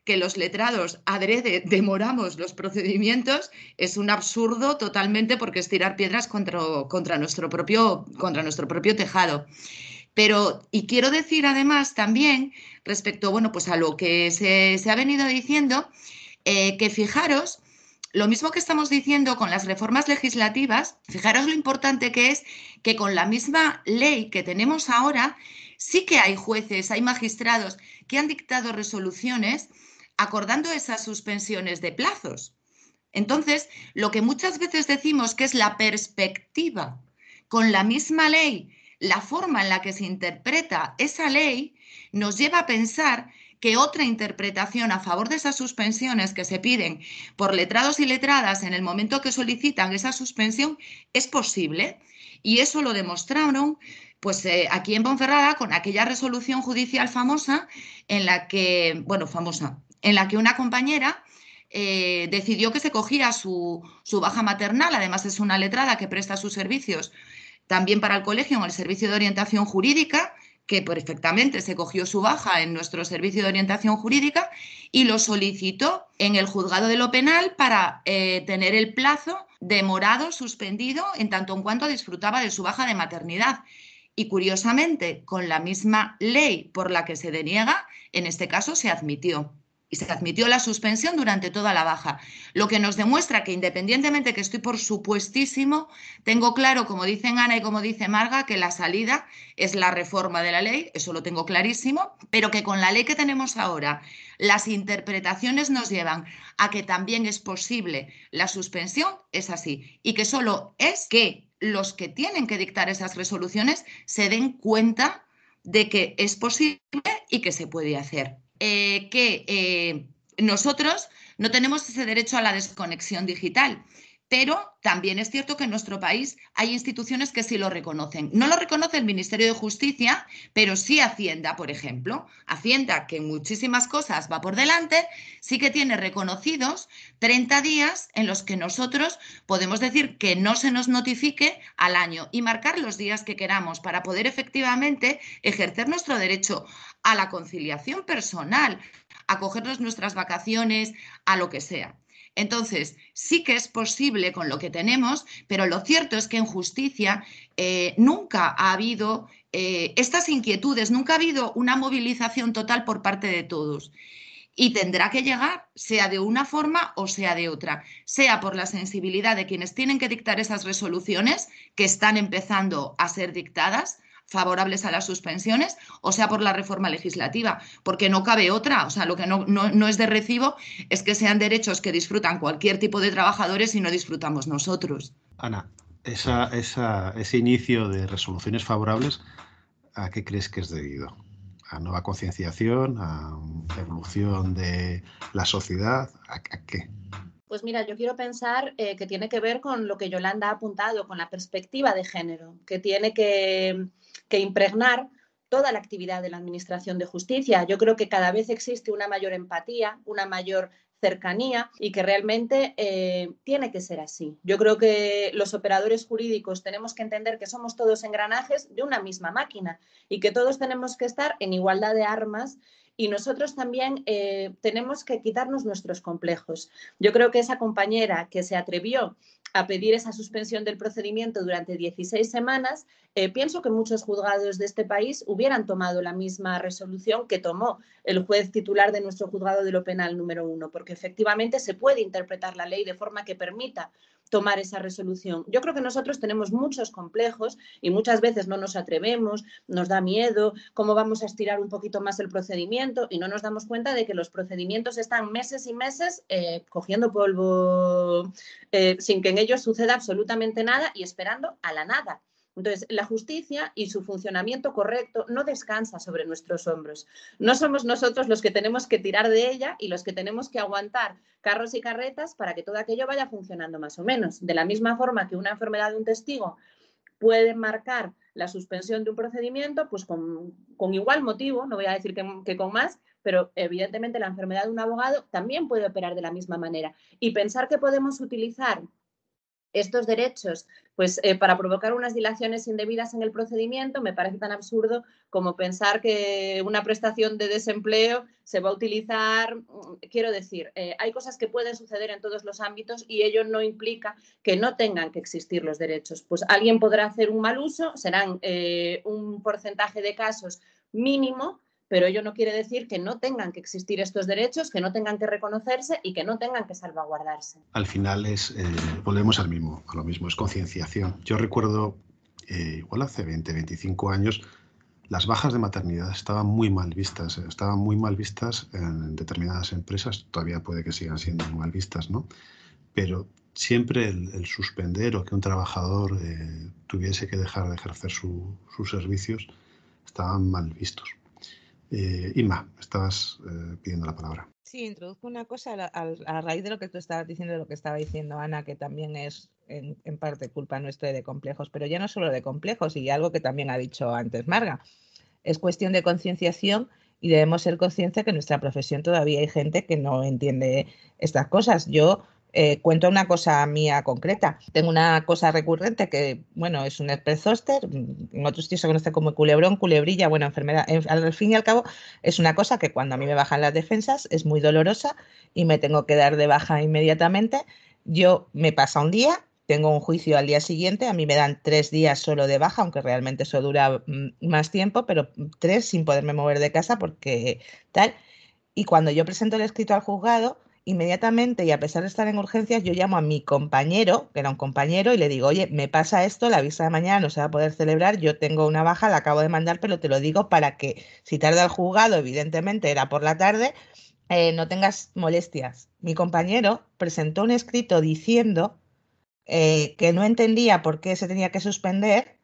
que los letrados adrede demoramos los procedimientos es un absurdo totalmente, porque es tirar piedras contra, contra, nuestro, propio, contra nuestro propio tejado. Pero, y quiero decir además también, respecto, bueno, pues a lo que se, se ha venido diciendo, eh, que fijaros, lo mismo que estamos diciendo con las reformas legislativas, fijaros lo importante que es que con la misma ley que tenemos ahora, sí que hay jueces, hay magistrados que han dictado resoluciones acordando esas suspensiones de plazos. Entonces, lo que muchas veces decimos que es la perspectiva con la misma ley, la forma en la que se interpreta esa ley, nos lleva a pensar que otra interpretación a favor de esas suspensiones que se piden por letrados y letradas en el momento que solicitan esa suspensión es posible. Y eso lo demostraron pues, eh, aquí en Ponferrada con aquella resolución judicial famosa en la que, bueno, famosa, en la que una compañera eh, decidió que se cogía su, su baja maternal. Además es una letrada que presta sus servicios también para el colegio en el servicio de orientación jurídica, que perfectamente se cogió su baja en nuestro servicio de orientación jurídica y lo solicitó en el juzgado de lo penal para eh, tener el plazo demorado, suspendido, en tanto en cuanto disfrutaba de su baja de maternidad. Y curiosamente, con la misma ley por la que se deniega, en este caso se admitió. Y se admitió la suspensión durante toda la baja, lo que nos demuestra que, independientemente que estoy por supuestísimo, tengo claro, como dicen Ana y como dice Marga, que la salida es la reforma de la ley, eso lo tengo clarísimo, pero que con la ley que tenemos ahora, las interpretaciones nos llevan a que también es posible la suspensión, es así, y que solo es que los que tienen que dictar esas resoluciones se den cuenta de que es posible y que se puede hacer. Eh, que eh, nosotros no tenemos ese derecho a la desconexión digital, pero también es cierto que en nuestro país hay instituciones que sí lo reconocen. No lo reconoce el Ministerio de Justicia, pero sí Hacienda, por ejemplo. Hacienda, que en muchísimas cosas va por delante, sí que tiene reconocidos treinta días en los que nosotros podemos decir que no se nos notifique al año y marcar los días que queramos para poder efectivamente ejercer nuestro derecho a la conciliación personal, a cogernos nuestras vacaciones, a lo que sea. Entonces, sí que es posible con lo que tenemos, pero lo cierto es que en justicia eh, nunca ha habido eh, estas inquietudes, nunca ha habido una movilización total por parte de todos. Y tendrá que llegar, sea de una forma o sea de otra, sea por la sensibilidad de quienes tienen que dictar esas resoluciones que están empezando a ser dictadas, favorables a las suspensiones, o sea por la reforma legislativa, porque no cabe otra. O sea, lo que no, no, no es de recibo es que sean derechos que disfrutan cualquier tipo de trabajadores y no disfrutamos nosotros. Ana, esa, esa, ese inicio de resoluciones favorables, ¿a qué crees que es debido? ¿A nueva concienciación? ¿A evolución de la sociedad? ¿A, a qué? Pues mira, yo quiero pensar eh, que tiene que ver con lo que Yolanda ha apuntado, con la perspectiva de género, que tiene que, que impregnar toda la actividad de la Administración de Justicia. Yo creo que cada vez existe una mayor empatía, una mayor cercanía y que realmente eh, tiene que ser así. Yo creo que los operadores jurídicos tenemos que entender que somos todos engranajes de una misma máquina y que todos tenemos que estar en igualdad de armas. Y nosotros también eh, tenemos que quitarnos nuestros complejos. Yo creo que esa compañera que se atrevió a pedir esa suspensión del procedimiento durante dieciséis semanas, eh, pienso que muchos juzgados de este país hubieran tomado la misma resolución que tomó el juez titular de nuestro juzgado de lo penal número uno, porque efectivamente se puede interpretar la ley de forma que permita tomar esa resolución. Yo creo que nosotros tenemos muchos complejos y muchas veces no nos atrevemos, nos da miedo, cómo vamos a estirar un poquito más el procedimiento y no nos damos cuenta de que los procedimientos están meses y meses eh, cogiendo polvo eh, sin que en ellos suceda absolutamente nada y esperando a la nada. Entonces, la justicia y su funcionamiento correcto no descansa sobre nuestros hombros. No somos nosotros los que tenemos que tirar de ella y los que tenemos que aguantar carros y carretas para que todo aquello vaya funcionando más o menos. De la misma forma que una enfermedad de un testigo puede marcar la suspensión de un procedimiento, pues con, con igual motivo, no voy a decir que, que con más, pero evidentemente la enfermedad de un abogado también puede operar de la misma manera. Y pensar que podemos utilizar estos derechos, pues eh, para provocar unas dilaciones indebidas en el procedimiento, me parece tan absurdo como pensar que una prestación de desempleo se va a utilizar. Quiero decir, eh, hay cosas que pueden suceder en todos los ámbitos y ello no implica que no tengan que existir los derechos. Pues alguien podrá hacer un mal uso, serán eh, un porcentaje de casos mínimo, pero ello no quiere decir que no tengan que existir estos derechos, que no tengan que reconocerse y que no tengan que salvaguardarse. Al final es, eh, volvemos al mismo, a lo mismo, es concienciación. Yo recuerdo, eh, igual hace veinte, veinticinco años, las bajas de maternidad estaban muy mal vistas, eh, estaban muy mal vistas en determinadas empresas, todavía puede que sigan siendo muy mal vistas, ¿no? Pero siempre el, el suspender o que un trabajador eh, tuviese que dejar de ejercer su, sus servicios estaban mal vistos. Eh, Inma, estabas eh, pidiendo la palabra. Sí, introduzco una cosa a, la, a, a raíz de lo que tú estabas diciendo, de lo que estaba diciendo Ana, que también es en, en parte culpa nuestra de complejos, pero ya no solo de complejos, y algo que también ha dicho antes Marga, es cuestión de concienciación y debemos ser conscientes que en nuestra profesión todavía hay gente que no entiende estas cosas. Yo Eh, cuento una cosa mía concreta. Tengo una cosa recurrente que, bueno, es un herpes zóster, en otros sitios se conoce como culebrón, culebrilla, bueno, enfermedad. En, al fin y al cabo, es una cosa que cuando a mí me bajan las defensas es muy dolorosa y me tengo que dar de baja inmediatamente. Yo me pasa un día, tengo un juicio al día siguiente, a mí me dan tres días solo de baja, aunque realmente eso dura mm, más tiempo, pero tres sin poderme mover de casa porque tal. Y cuando yo presento el escrito al juzgado, inmediatamente, y a pesar de estar en urgencias, yo llamo a mi compañero, que era un compañero, y le digo, oye, me pasa esto, la vista de mañana no se va a poder celebrar, yo tengo una baja, la acabo de mandar, pero te lo digo para que, si tarda el juzgado, evidentemente era por la tarde, eh, no tengas molestias. Mi compañero presentó un escrito diciendo eh, que no entendía por qué se tenía que suspender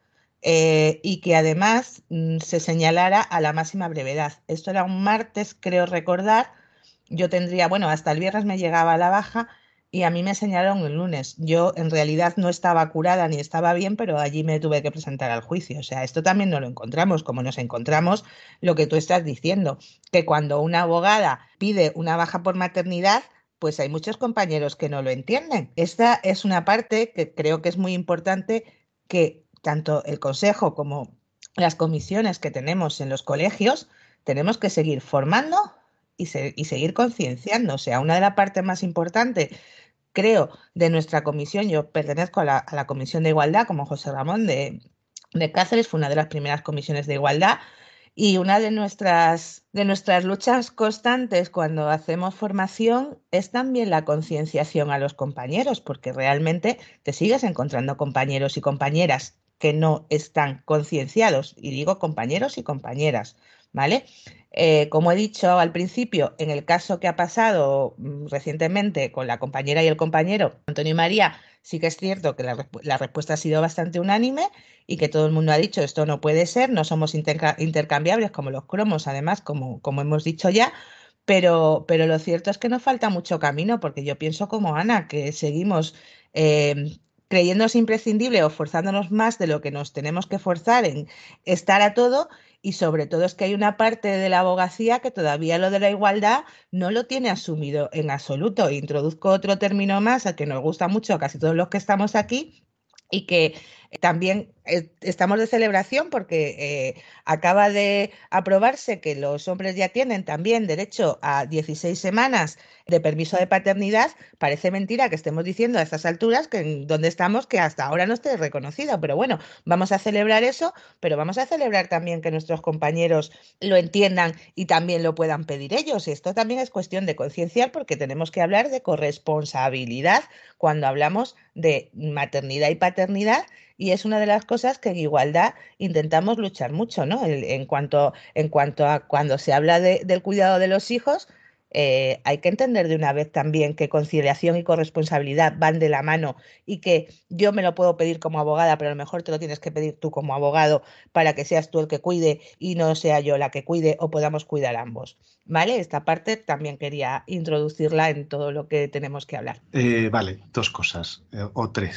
eh, y que además mm, se señalara a la máxima brevedad. Esto era un martes, creo recordar. Yo tendría, bueno, hasta el viernes me llegaba la baja y a mí me señalaron el lunes. Yo en realidad no estaba curada ni estaba bien, pero allí me tuve que presentar al juicio. O sea, esto también no lo encontramos, como nos encontramos lo que tú estás diciendo, que cuando una abogada pide una baja por maternidad, pues hay muchos compañeros que no lo entienden. Esta es una parte que creo que es muy importante, que tanto el Consejo como las comisiones que tenemos en los colegios tenemos que seguir formando y, se, y seguir concienciando. O sea, una de las partes más importantes, creo, de nuestra comisión, yo pertenezco a la, a la Comisión de Igualdad, como José Ramón de, de Cáceres, fue una de las primeras comisiones de igualdad. Y una de nuestras, de nuestras luchas constantes cuando hacemos formación es también la concienciación a los compañeros, porque realmente te sigues encontrando compañeros y compañeras que no están concienciados, y digo compañeros y compañeras, ¿vale? Eh, como he dicho al principio, en el caso que ha pasado mm, recientemente con la compañera y el compañero, Antonio y María, sí que es cierto que la, resp la respuesta ha sido bastante unánime y que todo el mundo ha dicho esto no puede ser, no somos interca intercambiables como los cromos, además, como, como hemos dicho ya, pero, pero lo cierto es que nos falta mucho camino, porque yo pienso como Ana, que seguimos eh, creyéndonos imprescindible o forzándonos más de lo que nos tenemos que forzar en estar a todo. Y sobre todo es que hay una parte de la abogacía que todavía lo de la igualdad no lo tiene asumido en absoluto. Introduzco otro término más al que nos gusta mucho a casi todos los que estamos aquí y que también eh, estamos de celebración porque eh, acaba de aprobarse que los hombres ya tienen también derecho a dieciséis semanas de permiso de paternidad. Parece mentira que estemos diciendo a estas alturas que en donde estamos que hasta ahora no esté reconocido, pero bueno, vamos a celebrar eso, pero vamos a celebrar también que nuestros compañeros lo entiendan y también lo puedan pedir ellos. Esto también es cuestión de concienciar, porque tenemos que hablar de corresponsabilidad cuando hablamos de maternidad y paternidad, y es una de las cosas que en igualdad intentamos luchar mucho, ¿no? En, en, cuanto, en cuanto a cuando se habla de, del cuidado de los hijos, eh, hay que entender de una vez también que conciliación y corresponsabilidad van de la mano, y que yo me lo puedo pedir como abogada, pero a lo mejor te lo tienes que pedir tú como abogado para que seas tú el que cuide y no sea yo la que cuide, o podamos cuidar ambos, ¿vale? Esta parte también quería introducirla en todo lo que tenemos que hablar. Eh, vale, dos cosas, eh, o tres.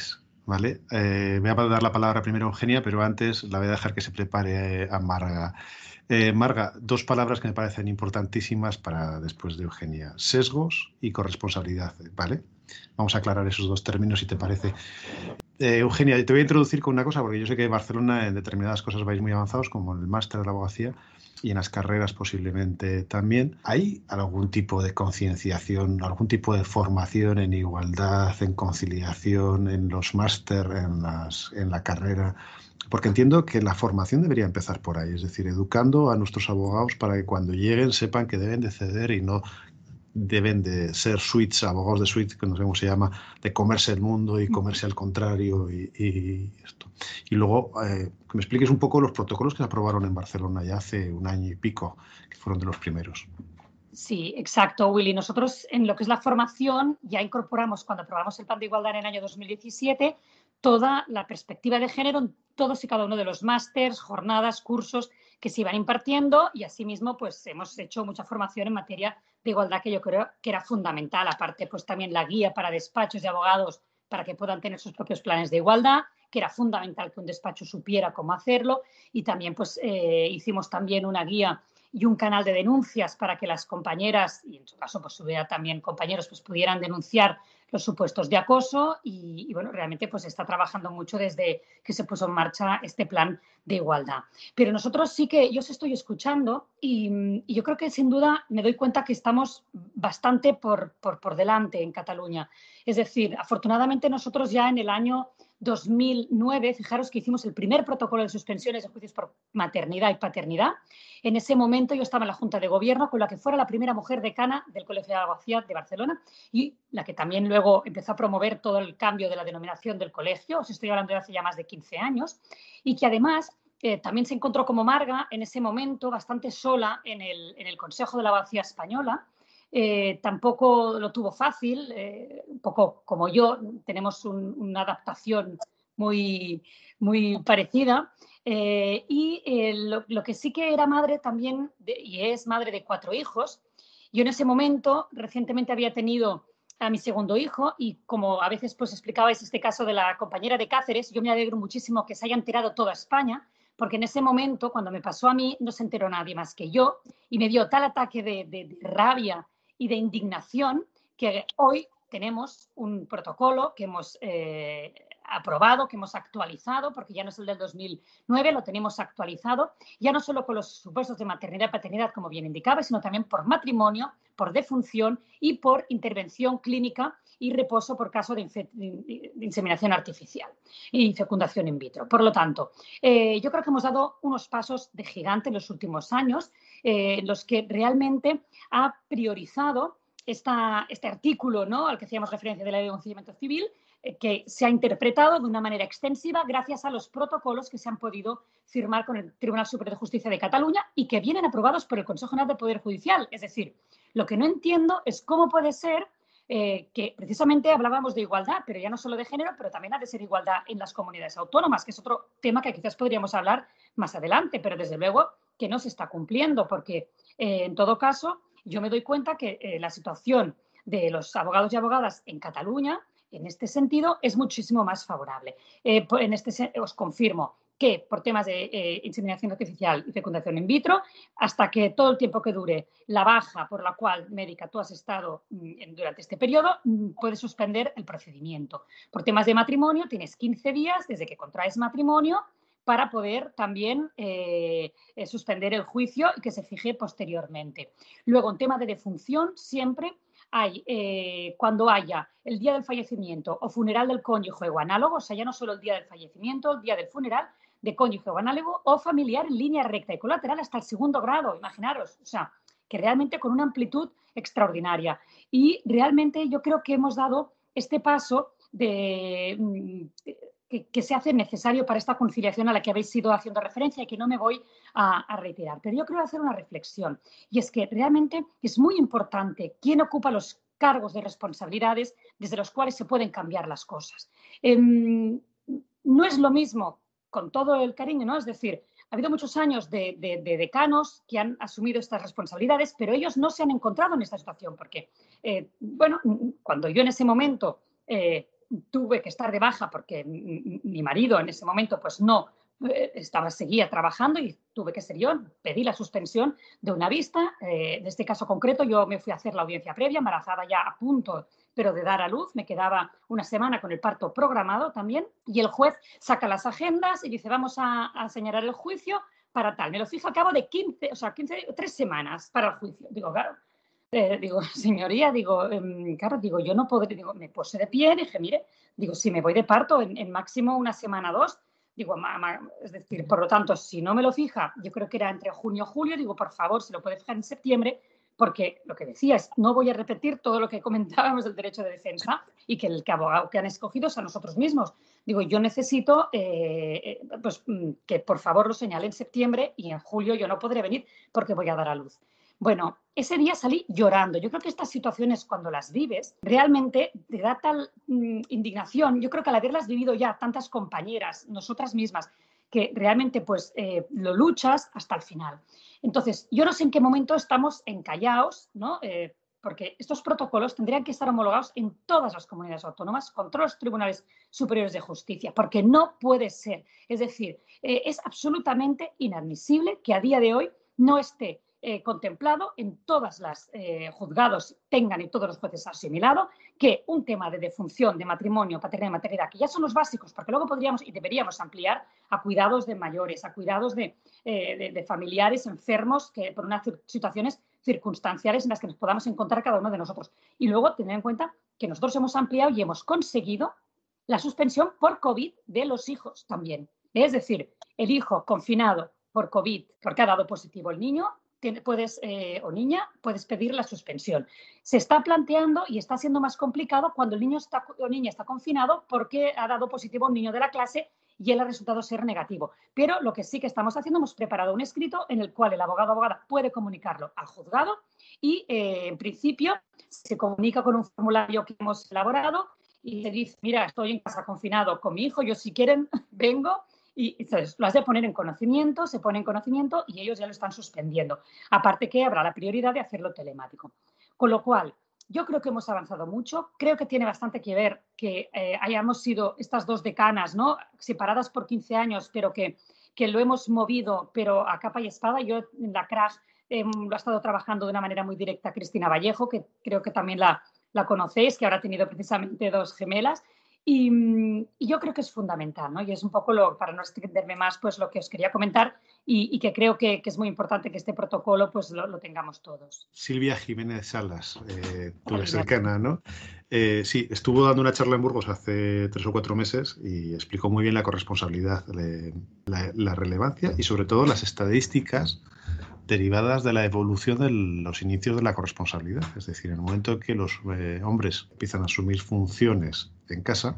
¿vale? Eh, voy a dar la palabra primero a Eugenia, pero antes la voy a dejar que se prepare eh, a Marga. Eh, Marga, dos palabras que me parecen importantísimas para después de Eugenia. Sesgos y corresponsabilidad, ¿vale? Vamos a aclarar esos dos términos, si te parece. Eh, Eugenia, te voy a introducir con una cosa, porque yo sé que en Barcelona en determinadas cosas vais muy avanzados, como en el máster de la abogacía y en las carreras posiblemente también. ¿Hay algún tipo de concienciación, algún tipo de formación en igualdad, en conciliación, en los máster, en, las, en la carrera? Porque entiendo que la formación debería empezar por ahí, es decir, educando a nuestros abogados para que cuando lleguen sepan que deben de ceder y no deben de ser suites, abogados de suite, que no sé cómo se llama, de comerse el mundo y comerse al contrario y, y esto. Y luego, eh, que me expliques un poco los protocolos que se aprobaron en Barcelona ya hace un año y pico, que fueron de los primeros. Sí, exacto, Willy. Nosotros en lo que es la formación ya incorporamos, cuando aprobamos el Plan de Igualdad en el año dos mil diecisiete, toda la perspectiva de género en todos y cada uno de los másters, jornadas, cursos que se iban impartiendo y asimismo pues hemos hecho mucha formación en materia de igualdad que yo creo que era fundamental. Aparte pues también la guía para despachos de abogados para que puedan tener sus propios planes de igualdad, que era fundamental que un despacho supiera cómo hacerlo y también pues eh, hicimos también una guía y un canal de denuncias para que las compañeras, y en su caso pues hubiera también compañeros, pues pudieran denunciar los supuestos de acoso y, y bueno, realmente pues está trabajando mucho desde que se puso en marcha este plan de igualdad. Pero nosotros sí que, yo os estoy escuchando y, y yo creo que sin duda me doy cuenta que estamos bastante por, por, por delante en Cataluña. Es decir, afortunadamente nosotros ya en el año dos mil nueve, fijaros que hicimos el primer protocolo de suspensiones de juicios por maternidad y paternidad. En ese momento yo estaba en la Junta de Gobierno con la que fuera la primera mujer decana del Colegio de Abogacía de Barcelona y la que también luego empezó a promover todo el cambio de la denominación del colegio, os estoy hablando de hace ya más de quince años, y que además eh, también se encontró como Marga en ese momento bastante sola en el, en el Consejo de la Abogacía Española. Eh, tampoco lo tuvo fácil, eh, un poco como yo, tenemos un, una adaptación muy, muy parecida. Eh, y eh, lo, lo que sí que era madre también, de, y es madre de cuatro hijos, yo en ese momento recientemente había tenido a mi segundo hijo y como a veces pues explicabais este caso de la compañera de Cáceres, yo me alegro muchísimo que se haya enterado toda España, porque en ese momento, cuando me pasó a mí, no se enteró nadie más que yo y me dio tal ataque de, de, de rabia y de indignación que hoy tenemos un protocolo que hemos eh, aprobado, que hemos actualizado, porque ya no es el del dos mil nueve, lo tenemos actualizado, ya no solo con los supuestos de maternidad y paternidad, como bien indicaba, sino también por matrimonio, por defunción y por intervención clínica y reposo por caso de, de inseminación artificial y fecundación in vitro. Por lo tanto, eh, yo creo que hemos dado unos pasos de gigante en los últimos años, eh, en los que realmente ha priorizado esta, este artículo, ¿no?, al que hacíamos referencia de la ley de enjuiciamiento civil, eh, que se ha interpretado de una manera extensiva gracias a los protocolos que se han podido firmar con el Tribunal Superior de Justicia de Cataluña y que vienen aprobados por el Consejo General del Poder Judicial. Es decir, lo que no entiendo es cómo puede ser eh, que precisamente hablábamos de igualdad, pero ya no solo de género, pero también ha de ser igualdad en las comunidades autónomas, que es otro tema que quizás podríamos hablar más adelante, pero desde luego que no se está cumpliendo, porque eh, en todo caso yo me doy cuenta que eh, la situación de los abogados y abogadas en Cataluña, en este sentido, es muchísimo más favorable. Eh, en este, os confirmo que por temas de eh, inseminación artificial y fecundación in vitro, hasta que todo el tiempo que dure la baja por la cual, médica, tú has estado mm, durante este periodo, mm, puedes suspender el procedimiento. Por temas de matrimonio, tienes quince días desde que contraes matrimonio para poder también eh, eh, suspender el juicio y que se fije posteriormente. Luego, en tema de defunción, siempre hay, eh, cuando haya el día del fallecimiento o funeral del cónyuge o análogo, o sea, ya no solo el día del fallecimiento, el día del funeral, de cónyuge o análogo o familiar en línea recta y colateral hasta el segundo grado, imaginaros, o sea, que realmente con una amplitud extraordinaria. Y realmente yo creo que hemos dado este paso de, que, que se hace necesario para esta conciliación a la que habéis ido haciendo referencia y que no me voy a, a reiterar. Pero yo quiero hacer una reflexión y es que realmente es muy importante quién ocupa los cargos de responsabilidades desde los cuales se pueden cambiar las cosas. Eh, no es lo mismo, con todo el cariño, ¿no? Es decir, ha habido muchos años de, de, de decanos que han asumido estas responsabilidades, pero ellos no se han encontrado en esta situación porque, eh, bueno, cuando yo en ese momento eh, tuve que estar de baja porque mi, mi marido en ese momento pues no eh, estaba, seguía trabajando y tuve que ser yo, pedí la suspensión de una vista. Eh, en este caso concreto yo me fui a hacer la audiencia previa, embarazada ya a punto, pero de dar a luz, me quedaba una semana con el parto programado también, y el juez saca las agendas y dice vamos a, a señalar el juicio para tal. Me lo fijo al cabo de quince, o sea, quince, tres semanas para el juicio. Digo, claro, eh, digo, señoría, digo, eh, claro, digo, yo no podré, digo, me puse de pie y dije, mire, digo, si me voy de parto en, en máximo una semana o dos, digo, ma, ma, es decir, por lo tanto, si no me lo fija, yo creo que era entre junio y julio, digo, por favor, si lo puede fijar en septiembre, porque lo que decía es, no voy a repetir todo lo que comentábamos del derecho de defensa y que el que abogado que han escogido es a nosotros mismos. Digo, yo necesito eh, pues, que por favor lo señale en septiembre y en julio yo no podré venir porque voy a dar a luz. Bueno, ese día salí llorando. Yo creo que estas situaciones, cuando las vives, realmente te da tal mmm, indignación. Yo creo que al haberlas vivido ya tantas compañeras, nosotras mismas, que realmente pues eh, lo luchas hasta el final. Entonces, yo no sé en qué momento estamos encallados, ¿no? Eh, porque estos protocolos tendrían que estar homologados en todas las comunidades autónomas con todos los tribunales superiores de justicia, porque no puede ser. Es decir, eh, es absolutamente inadmisible que a día de hoy no esté eh, contemplado en todas las eh, juzgados tengan y todos los jueces asimilado que un tema de defunción, de matrimonio, paternidad y maternidad, que ya son los básicos, porque luego podríamos y deberíamos ampliar a cuidados de mayores, a cuidados de, eh, de, de familiares enfermos que por unas situaciones circunstanciales en las que nos podamos encontrar cada uno de nosotros. Y luego tener en cuenta que nosotros hemos ampliado y hemos conseguido la suspensión por COVID de los hijos también. Es decir, el hijo confinado por COVID, porque ha dado positivo el niño, puedes eh, o niña, puedes pedir la suspensión. Se está planteando y está siendo más complicado cuando el niño está, o niña está confinado porque ha dado positivo un niño de la clase y él ha resultado ser negativo. Pero lo que sí que estamos haciendo, hemos preparado un escrito en el cual el abogado o abogada puede comunicarlo al juzgado y, eh, en principio, se comunica con un formulario que hemos elaborado y se dice, mira, estoy en casa confinado con mi hijo, yo si quieren vengo. Y entonces lo has de poner en conocimiento, se pone en conocimiento y ellos ya lo están suspendiendo. Aparte que habrá la prioridad de hacerlo telemático. Con lo cual, yo creo que hemos avanzado mucho. Creo que tiene bastante que ver que eh, hayamos sido estas dos decanas, ¿no? Separadas por quince años, pero que, que lo hemos movido, pero a capa y espada. Yo en la C R A G eh, lo ha estado trabajando de una manera muy directa Cristina Vallejo, que creo que también la, la conocéis, que ahora ha tenido precisamente dos gemelas. Y, y yo creo que es fundamental, ¿no? Y es un poco, lo, para no extenderme más, pues lo que os quería comentar y, y que creo que, que es muy importante que este protocolo pues lo, lo tengamos todos. Silvia Jiménez Salas, eh, tú eres cercana, ¿no? Eh, sí, estuvo dando una charla en Burgos hace tres o cuatro meses y explicó muy bien la corresponsabilidad, la, la relevancia y sobre todo las estadísticas derivadas de la evolución de los inicios de la corresponsabilidad. Es decir, en el momento en que los eh, hombres empiezan a asumir funciones en casa,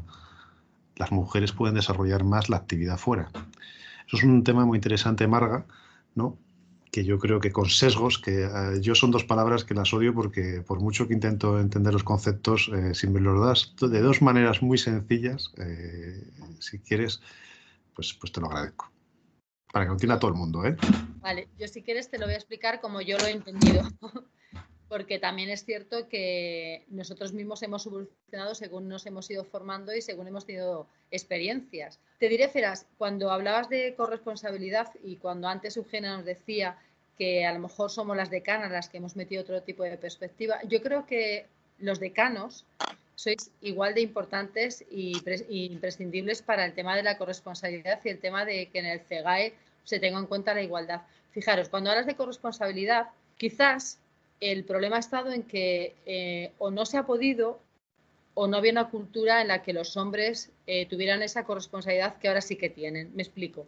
las mujeres pueden desarrollar más la actividad fuera. Eso es un tema muy interesante, Marga, ¿no? Que yo creo que con sesgos, que eh, yo son dos palabras que las odio porque por mucho que intento entender los conceptos, eh, si me los das de dos maneras muy sencillas, eh, si quieres, pues, pues te lo agradezco. Para que lo entienda todo el mundo, ¿eh? Vale, yo si quieres te lo voy a explicar como yo lo he entendido, porque también es cierto que nosotros mismos hemos evolucionado según nos hemos ido formando y según hemos tenido experiencias. Te diré, Feras, cuando hablabas de corresponsabilidad y cuando antes Eugenia nos decía que a lo mejor somos las decanas las que hemos metido otro tipo de perspectiva, yo creo que los decanos sois igual de importantes y imprescindibles para el tema de la corresponsabilidad y el tema de que en el CEGAE se tenga en cuenta la igualdad. Fijaros, cuando hablas de corresponsabilidad, quizás el problema ha estado en que eh, o no se ha podido o no había una cultura en la que los hombres eh, tuvieran esa corresponsabilidad que ahora sí que tienen. Me explico.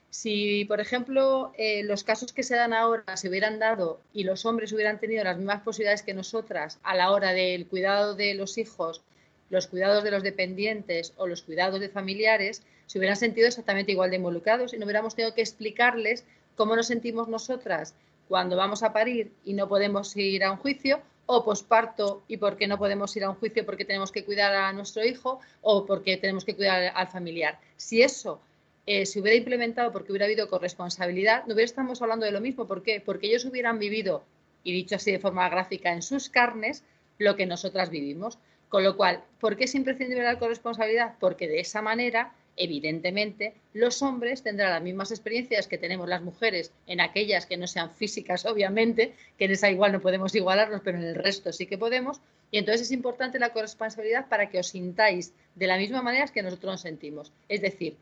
Si, por ejemplo, eh, los casos que se dan ahora se hubieran dado y los hombres hubieran tenido las mismas posibilidades que nosotras a la hora del cuidado de los hijos, los cuidados de los dependientes o los cuidados de familiares, se hubieran sentido exactamente igual de involucrados y no hubiéramos tenido que explicarles cómo nos sentimos nosotras cuando vamos a parir y no podemos ir a un juicio, o posparto y por qué no podemos ir a un juicio porque tenemos que cuidar a nuestro hijo o porque tenemos que cuidar al familiar. Si eso Eh, se hubiera implementado porque hubiera habido corresponsabilidad, no hubiéramos hablando de lo mismo. ¿Por qué? Porque ellos hubieran vivido, y dicho así de forma gráfica, en sus carnes, lo que nosotras vivimos. Con lo cual, ¿por qué es imprescindible la corresponsabilidad? Porque de esa manera, evidentemente, los hombres tendrán las mismas experiencias que tenemos las mujeres en aquellas que no sean físicas, obviamente, que en esa igual no podemos igualarnos, pero en el resto sí que podemos. Y entonces es importante la corresponsabilidad para que os sintáis de la misma manera que nosotros nos sentimos. Es decir,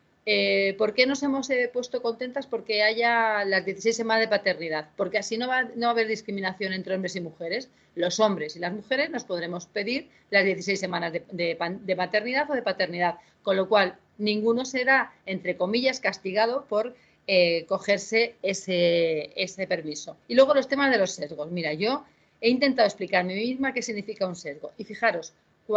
Eh, ¿por qué nos hemos eh, puesto contentas? Porque haya las dieciséis semanas de paternidad, porque así no va, no va a haber discriminación entre hombres y mujeres. Los hombres y las mujeres nos podremos pedir las dieciséis semanas de, de, de maternidad o de paternidad, con lo cual ninguno será, entre comillas, castigado por eh, cogerse ese, ese permiso. Y luego los temas de los sesgos. Mira, yo he intentado explicarme a mí misma qué significa un sesgo. Y fijaros,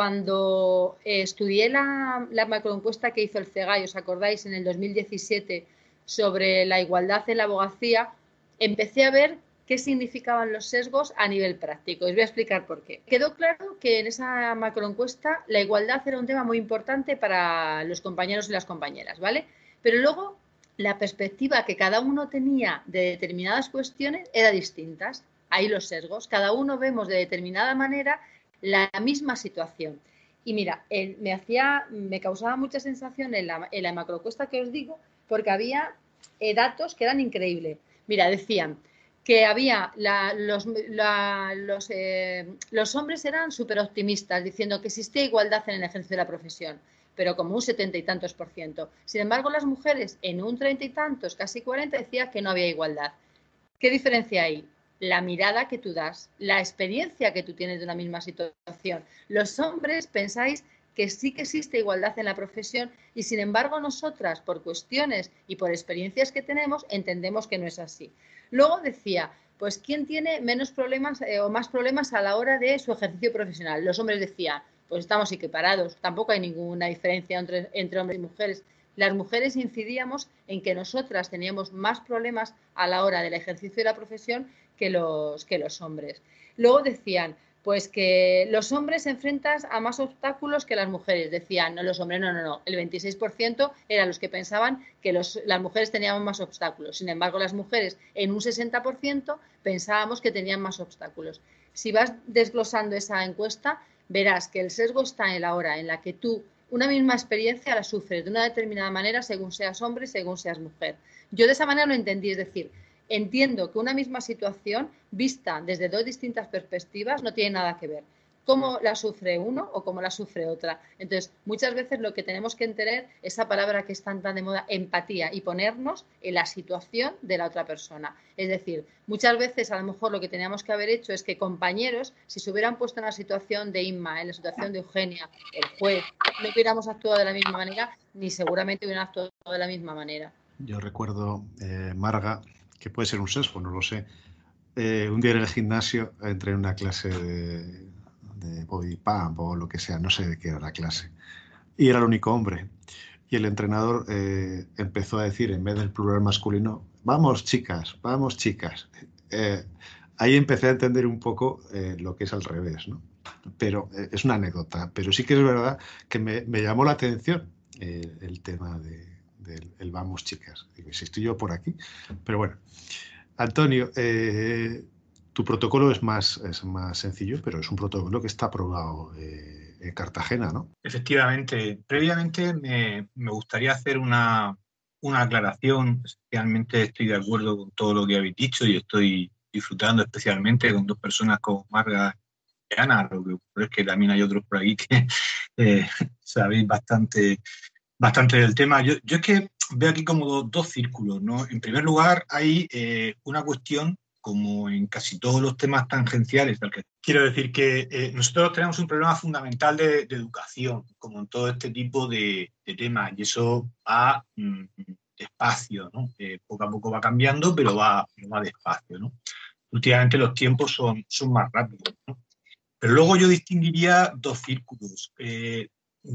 cuando eh, estudié la, la macroencuesta que hizo el CEGAI, ¿os acordáis? En el dos mil diecisiete, sobre la igualdad en la abogacía, empecé a ver qué significaban los sesgos a nivel práctico. Os voy a explicar por qué. Quedó claro que en esa macroencuesta la igualdad era un tema muy importante para los compañeros y las compañeras, ¿vale? Pero luego la perspectiva que cada uno tenía de determinadas cuestiones era distinta. Ahí los sesgos. Cada uno vemos de determinada manera la misma situación. Y mira, el, me hacía, me causaba mucha sensación en la, en la macroencuesta que os digo, porque había eh, datos que eran increíbles. Mira, decían que había la, los, la, los, eh, los hombres eran súper optimistas, diciendo que existía igualdad en el ejercicio de la profesión, pero como un setenta y tantos por ciento. Sin embargo, las mujeres en un treinta y tantos, casi cuarenta, decían que no había igualdad. ¿Qué diferencia hay? La mirada que tú das, la experiencia que tú tienes de una misma situación. Los hombres pensáis que sí que existe igualdad en la profesión y, sin embargo, nosotras, por cuestiones y por experiencias que tenemos, entendemos que no es así. Luego decía, pues, ¿quién tiene menos problemas eh, o más problemas a la hora de su ejercicio profesional? Los hombres decían, pues estamos equiparados, tampoco hay ninguna diferencia entre, entre hombres y mujeres. Las mujeres incidíamos en que nosotras teníamos más problemas a la hora del ejercicio de la profesión que los, que los hombres. Luego decían, pues que los hombres se enfrentan a más obstáculos que las mujeres. Decían, no, los hombres, no, no, no. El veintiséis por ciento eran los que pensaban que los, las mujeres tenían más obstáculos. Sin embargo, las mujeres en un sesenta por ciento pensábamos que tenían más obstáculos. Si vas desglosando esa encuesta, verás que el sesgo está en la hora en la que tú una misma experiencia la sufres de una determinada manera según seas hombre y según seas mujer. Yo de esa manera lo entendí, es decir, entiendo que una misma situación vista desde dos distintas perspectivas no tiene nada que ver. Cómo la sufre uno o cómo la sufre otra. Entonces, muchas veces lo que tenemos que entender es esa palabra que es tan, tan de moda, empatía, y ponernos en la situación de la otra persona. Es decir, muchas veces a lo mejor lo que teníamos que haber hecho es que compañeros, si se hubieran puesto en la situación de Inma, en la situación de Eugenia, el juez, no hubiéramos actuado de la misma manera, ni seguramente hubieran actuado de la misma manera. Yo recuerdo, eh, Marga, que puede ser un sesgo, no lo sé, eh, un día en el gimnasio entré en una clase de... de body pump o lo que sea, no sé de qué era la clase. Y era el único hombre. Y el entrenador eh, empezó a decir, en vez del plural masculino, vamos chicas, vamos chicas. Eh, ahí empecé a entender un poco eh, lo que es al revés, ¿no? Pero eh, es una anécdota. Pero sí que es verdad que me, me llamó la atención eh, el tema de, del el vamos chicas. Digo, si estoy yo por aquí. Pero bueno, Antonio, eh, tu protocolo es más, es más sencillo, pero es un protocolo que está aprobado eh, en Cartagena, ¿no? Efectivamente. Previamente me, me gustaría hacer una, una aclaración. Especialmente estoy de acuerdo con todo lo que habéis dicho y estoy disfrutando especialmente con dos personas como Marga y Ana. Lo que ocurre es que también hay otros por ahí que eh, sabéis bastante, bastante del tema. Yo, yo es que veo aquí como dos, dos círculos, ¿no? En primer lugar, hay eh, una cuestión, como en casi todos los temas tangenciales. Quiero decir que eh, nosotros tenemos un problema fundamental de, de educación, como en todo este tipo de, de temas, y eso va mmm, despacio, ¿no? Eh, poco a poco va cambiando, pero va, va despacio, ¿no? Últimamente los tiempos son, son más rápidos, ¿no? Pero luego yo distinguiría dos círculos. Eh,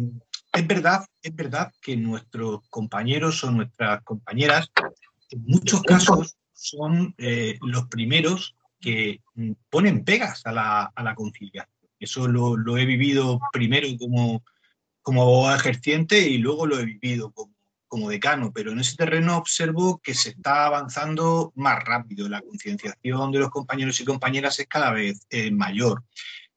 es verdad, es verdad que nuestros compañeros o nuestras compañeras, en muchos casos, son eh, los primeros que ponen pegas a la, a la conciliación. Eso lo, lo he vivido primero como, como ejerciente y luego lo he vivido como, como decano, pero en ese terreno observo que se está avanzando más rápido. La concienciación de los compañeros y compañeras es cada vez eh, mayor.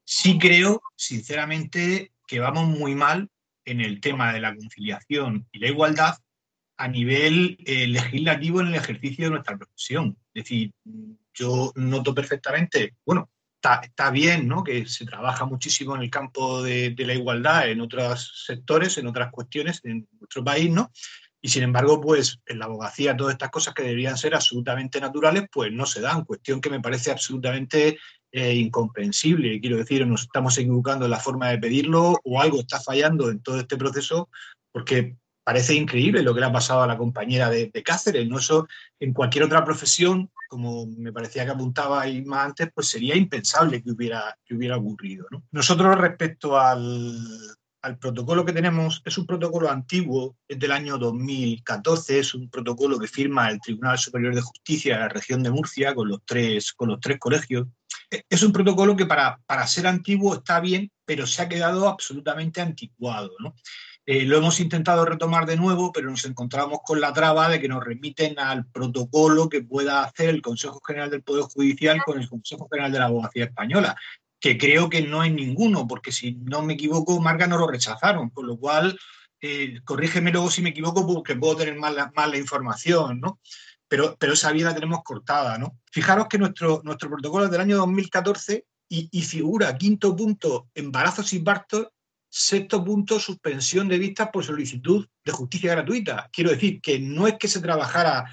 Sí creo, sinceramente, que vamos muy mal en el tema de la conciliación y la igualdad a nivel eh, legislativo en el ejercicio de nuestra profesión. Es decir, yo noto perfectamente, bueno, está, está bien, ¿no?, que se trabaja muchísimo en el campo de, de la igualdad en otros sectores, en otras cuestiones en nuestro país, ¿no? Y sin embargo, pues en la abogacía todas estas cosas que deberían ser absolutamente naturales, pues no se dan, cuestión que me parece absolutamente eh, incomprensible. Quiero decir, nos estamos equivocando en la forma de pedirlo o algo está fallando en todo este proceso, porque parece increíble lo que le ha pasado a la compañera de, de Cáceres, ¿no? Eso en cualquier otra profesión, como me parecía que apuntaba ahí más antes, pues sería impensable que hubiera, que hubiera ocurrido, ¿no? Nosotros, respecto al, al protocolo que tenemos, es un protocolo antiguo, es del año dos mil catorce, es un protocolo que firma el Tribunal Superior de Justicia de la región de Murcia con los tres, con los tres colegios. Es un protocolo que para, para ser antiguo está bien, pero se ha quedado absolutamente anticuado, ¿no? Eh, lo hemos intentado retomar de nuevo, pero nos encontramos con la traba de que nos remiten al protocolo que pueda hacer el Consejo General del Poder Judicial con el Consejo General de la Abogacía Española, que creo que no hay ninguno, porque si no me equivoco, Marga, no lo rechazaron, con lo cual, eh, corrígeme luego si me equivoco, porque puedo tener mal la, mal la información, ¿no? Pero, pero esa vía la tenemos cortada, ¿no? Fijaros que nuestro, nuestro protocolo es del año dos mil catorce y, y figura, quinto punto, embarazos y partos, sexto punto, suspensión de vistas por solicitud de justicia gratuita. Quiero decir que no es que se trabajara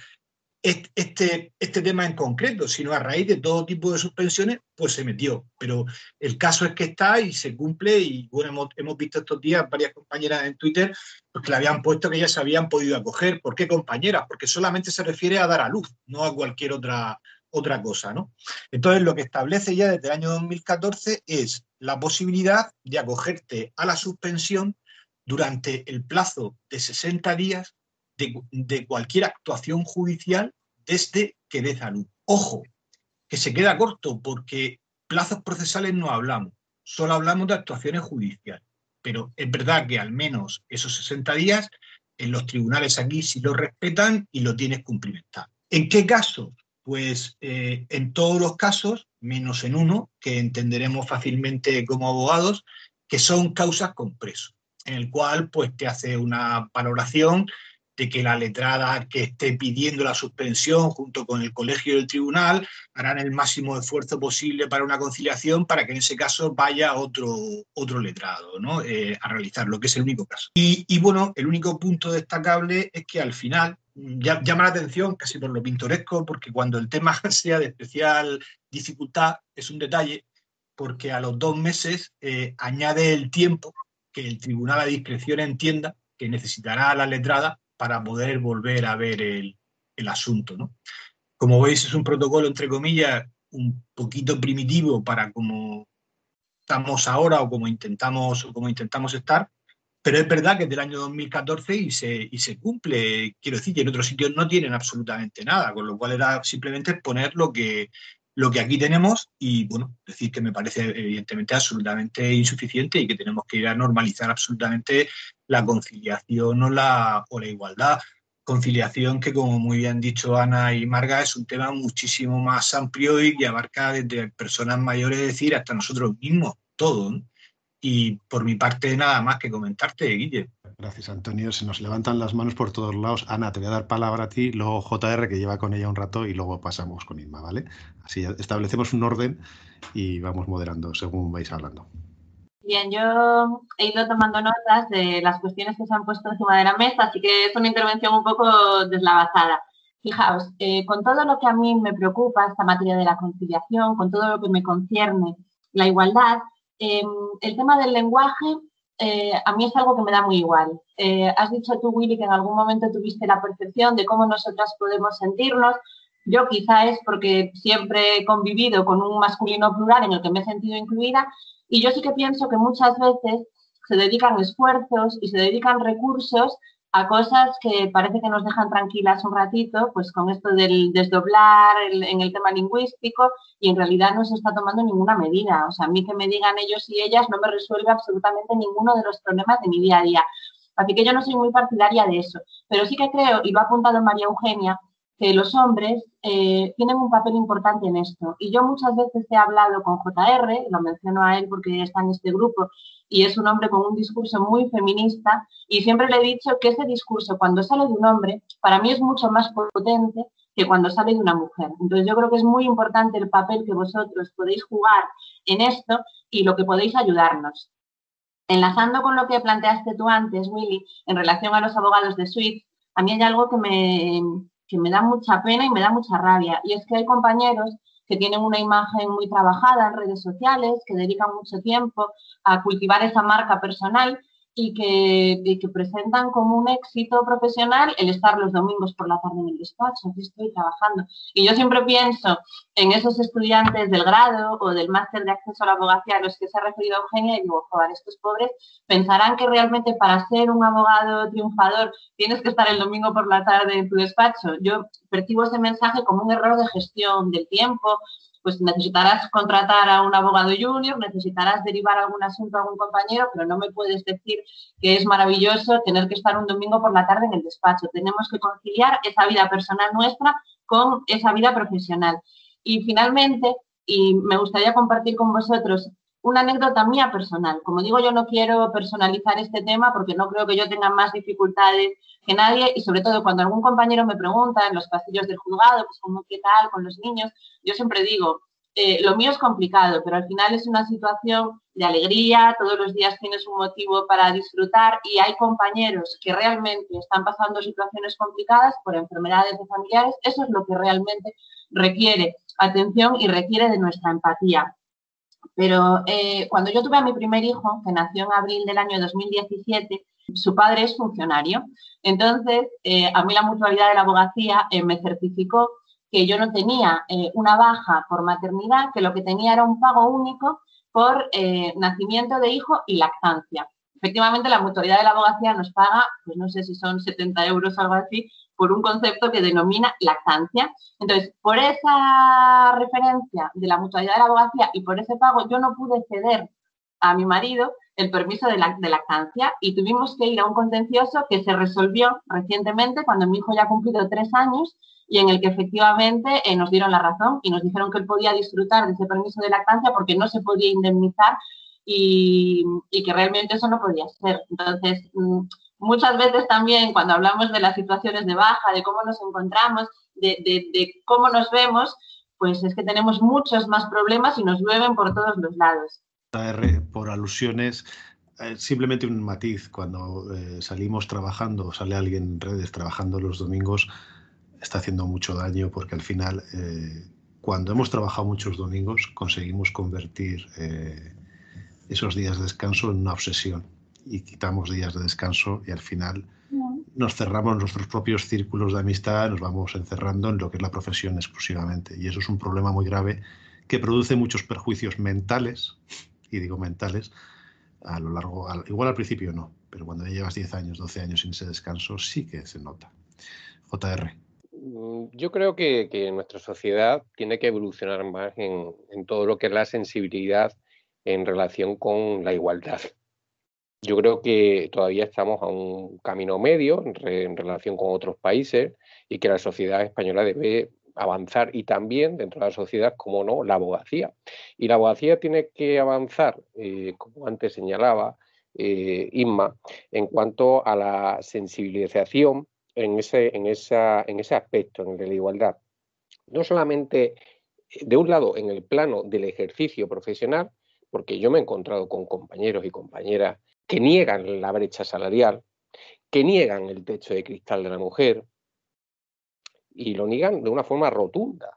este, este tema en concreto, sino a raíz de todo tipo de suspensiones, pues se metió. Pero el caso es que está y se cumple y bueno, hemos, hemos visto estos días varias compañeras en Twitter pues, que le habían puesto que ya se habían podido acoger. ¿Por qué compañeras? Porque solamente se refiere a dar a luz, no a cualquier otra, otra cosa, ¿no? Entonces, lo que establece ya desde el año dos mil catorce es la posibilidad de acogerte a la suspensión durante el plazo de sesenta días de, de cualquier actuación judicial desde que des a luz. Ojo, que se queda corto porque plazos procesales no hablamos, solo hablamos de actuaciones judiciales. Pero es verdad que al menos esos sesenta días en los tribunales aquí sí lo respetan y lo tienes cumplimentado. ¿En qué caso? Pues eh, en todos los casos, menos en uno, que entenderemos fácilmente como abogados, que son causas con preso, en el cual pues te hace una valoración de que la letrada que esté pidiendo la suspensión junto con el colegio del tribunal harán el máximo esfuerzo posible para una conciliación para que en ese caso vaya otro, otro letrado, ¿no? eh, a realizarlo, que es el único caso. Y, y bueno, el único punto destacable es que al final llama la atención casi por lo pintoresco, porque cuando el tema sea de especial dificultad es un detalle, porque a los dos meses eh, añade el tiempo que el tribunal a discreción entienda que necesitará la letrada para poder volver a ver el, el asunto, ¿no? Como veis, es un protocolo, entre comillas, un poquito primitivo para como estamos ahora o como intentamos, o como intentamos estar, pero es verdad que es del año dos mil catorce y se, y se cumple. Quiero decir que en otros sitios no tienen absolutamente nada, con lo cual era simplemente poner lo que, lo que aquí tenemos y, bueno, decir que me parece evidentemente absolutamente insuficiente y que tenemos que ir a normalizar absolutamente la conciliación o la, o la igualdad. Conciliación que, como muy bien han dicho Ana y Marga, es un tema muchísimo más amplio y que abarca desde personas mayores, es decir, hasta nosotros mismos, todo, ¿no? Y por mi parte, nada más que comentarte, Guille. Gracias, Antonio. Se nos levantan las manos por todos lados. Ana, te voy a dar palabra a ti, luego J R, que lleva con ella un rato, y luego pasamos con Inma, ¿vale? Así establecemos un orden y vamos moderando según vais hablando. Bien, yo he ido tomando notas de las cuestiones que se han puesto encima de la mesa, así que es una intervención un poco deslavazada. Fijaos, eh, con todo lo que a mí me preocupa, esta materia de la conciliación, con todo lo que me concierne la igualdad, eh, el tema del lenguaje eh, a mí es algo que me da muy igual. Eh, has dicho tú, Willy, que en algún momento tuviste la percepción de cómo nosotras podemos sentirnos. Yo quizá es porque siempre he convivido con un masculino plural en el que me he sentido incluida. Y yo sí que pienso que muchas veces se dedican esfuerzos y se dedican recursos a cosas que parece que nos dejan tranquilas un ratito, pues con esto del desdoblar el, en el tema lingüístico, y en realidad no se está tomando ninguna medida. O sea, a mí que me digan ellos y ellas no me resuelve absolutamente ninguno de los problemas de mi día a día. Así que yo no soy muy partidaria de eso. Pero sí que creo, y lo ha apuntado María Eugenia, que los hombres eh, tienen un papel importante en esto. Y yo muchas veces he hablado con J R, lo menciono a él porque está en este grupo, y es un hombre con un discurso muy feminista, y siempre le he dicho que ese discurso, cuando sale de un hombre, para mí es mucho más potente que cuando sale de una mujer. Entonces yo creo que es muy importante el papel que vosotros podéis jugar en esto y lo que podéis ayudarnos. Enlazando con lo que planteaste tú antes, Willy, en relación a los abogados de suite, a mí hay algo que me, que me da mucha pena y me da mucha rabia, y es que hay compañeros que tienen una imagen muy trabajada en redes sociales, que dedican mucho tiempo a cultivar esa marca personal y que, y que presentan como un éxito profesional el estar los domingos por la tarde en el despacho. Aquí estoy trabajando. Y yo siempre pienso en esos estudiantes del grado o del máster de acceso a la abogacía a los que se ha referido Eugenia y digo, joder, estos pobres pensarán que realmente para ser un abogado triunfador tienes que estar el domingo por la tarde en tu despacho. Yo percibo ese mensaje como un error de gestión del tiempo. Pues necesitarás contratar a un abogado junior, necesitarás derivar algún asunto a algún compañero, pero no me puedes decir que es maravilloso tener que estar un domingo por la tarde en el despacho. Tenemos que conciliar esa vida personal nuestra con esa vida profesional. Y finalmente, y me gustaría compartir con vosotros una anécdota mía personal. Como digo, yo no quiero personalizar este tema porque no creo que yo tenga más dificultades que nadie, y sobre todo cuando algún compañero me pregunta en los pasillos del juzgado, pues cómo, qué tal con los niños, yo siempre digo, eh, lo mío es complicado, pero al final es una situación de alegría, todos los días tienes un motivo para disfrutar, y hay compañeros que realmente están pasando situaciones complicadas por enfermedades de familiares. Eso es lo que realmente requiere atención y requiere de nuestra empatía. Pero eh, cuando yo tuve a mi primer hijo, que nació en abril del año dos mil diecisiete, su padre es funcionario. Entonces, eh, a mí la mutualidad de la abogacía eh, me certificó que yo no tenía eh, una baja por maternidad, que lo que tenía era un pago único por eh, nacimiento de hijo y lactancia. Efectivamente, la mutualidad de la abogacía nos paga, pues no sé si son setenta euros o algo así, por un concepto que denomina lactancia. Entonces, por esa referencia de la mutualidad de la abogacía y por ese pago, yo no pude ceder a mi marido el permiso de, la, de lactancia, y tuvimos que ir a un contencioso que se resolvió recientemente cuando mi hijo ya ha cumplido tres años y en el que efectivamente eh, nos dieron la razón y nos dijeron que él podía disfrutar de ese permiso de lactancia porque no se podía indemnizar y, y que realmente eso no podía ser. Entonces, muchas veces también cuando hablamos de las situaciones de baja, de cómo nos encontramos, de, de, de cómo nos vemos, pues es que tenemos muchos más problemas y nos llueven por todos los lados. Por alusiones, eh, simplemente un matiz. Cuando eh, salimos trabajando, sale alguien en redes trabajando los domingos, está haciendo mucho daño, porque al final, eh, cuando hemos trabajado muchos domingos, conseguimos convertir eh, esos días de descanso en una obsesión, y quitamos días de descanso y al final nos cerramos nuestros propios círculos de amistad, nos vamos encerrando en lo que es la profesión exclusivamente, y eso es un problema muy grave que produce muchos perjuicios mentales, y digo mentales, a lo largo, al, igual al principio no, pero cuando ya llevas diez años, doce años sin ese descanso sí que se nota. J R. Yo creo que, que nuestra sociedad tiene que evolucionar más en, en todo lo que es la sensibilidad en relación con la igualdad. Yo creo que todavía estamos a un camino medio en, re, en relación con otros países, y que la sociedad española debe avanzar, y también dentro de la sociedad, como no, la abogacía. Y la abogacía tiene que avanzar, eh, como antes señalaba eh, Inma, en cuanto a la sensibilización en ese, en, esa, en ese aspecto, en el de la igualdad. No solamente, de un lado, en el plano del ejercicio profesional, porque yo me he encontrado con compañeros y compañeras que niegan la brecha salarial, que niegan el techo de cristal de la mujer, y lo niegan de una forma rotunda,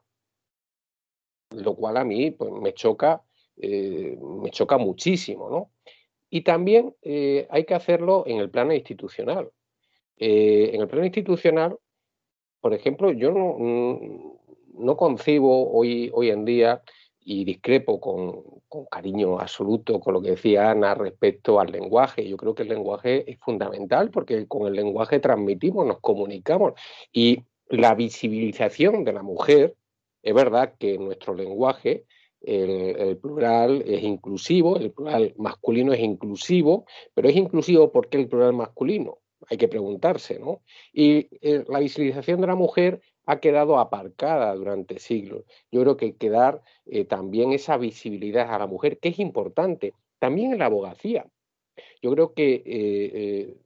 lo cual a mí pues, me choca, eh, me choca muchísimo, ¿no? Y también eh, hay que hacerlo en el plano institucional. Eh, en el plano institucional, por ejemplo, yo no, no concibo hoy, hoy en día, y discrepo con, con cariño absoluto con lo que decía Ana respecto al lenguaje. Yo creo que el lenguaje es fundamental, porque con el lenguaje transmitimos, nos comunicamos, y la visibilización de la mujer, es verdad que en nuestro lenguaje el, el plural es inclusivo, el plural masculino es inclusivo, pero es inclusivo porque el plural masculino, hay que preguntarse, ¿no? Y eh, la visibilización de la mujer ha quedado aparcada durante siglos. Yo creo que hay que dar eh, también esa visibilidad a la mujer, que es importante, también en la abogacía. Yo creo que eh, eh,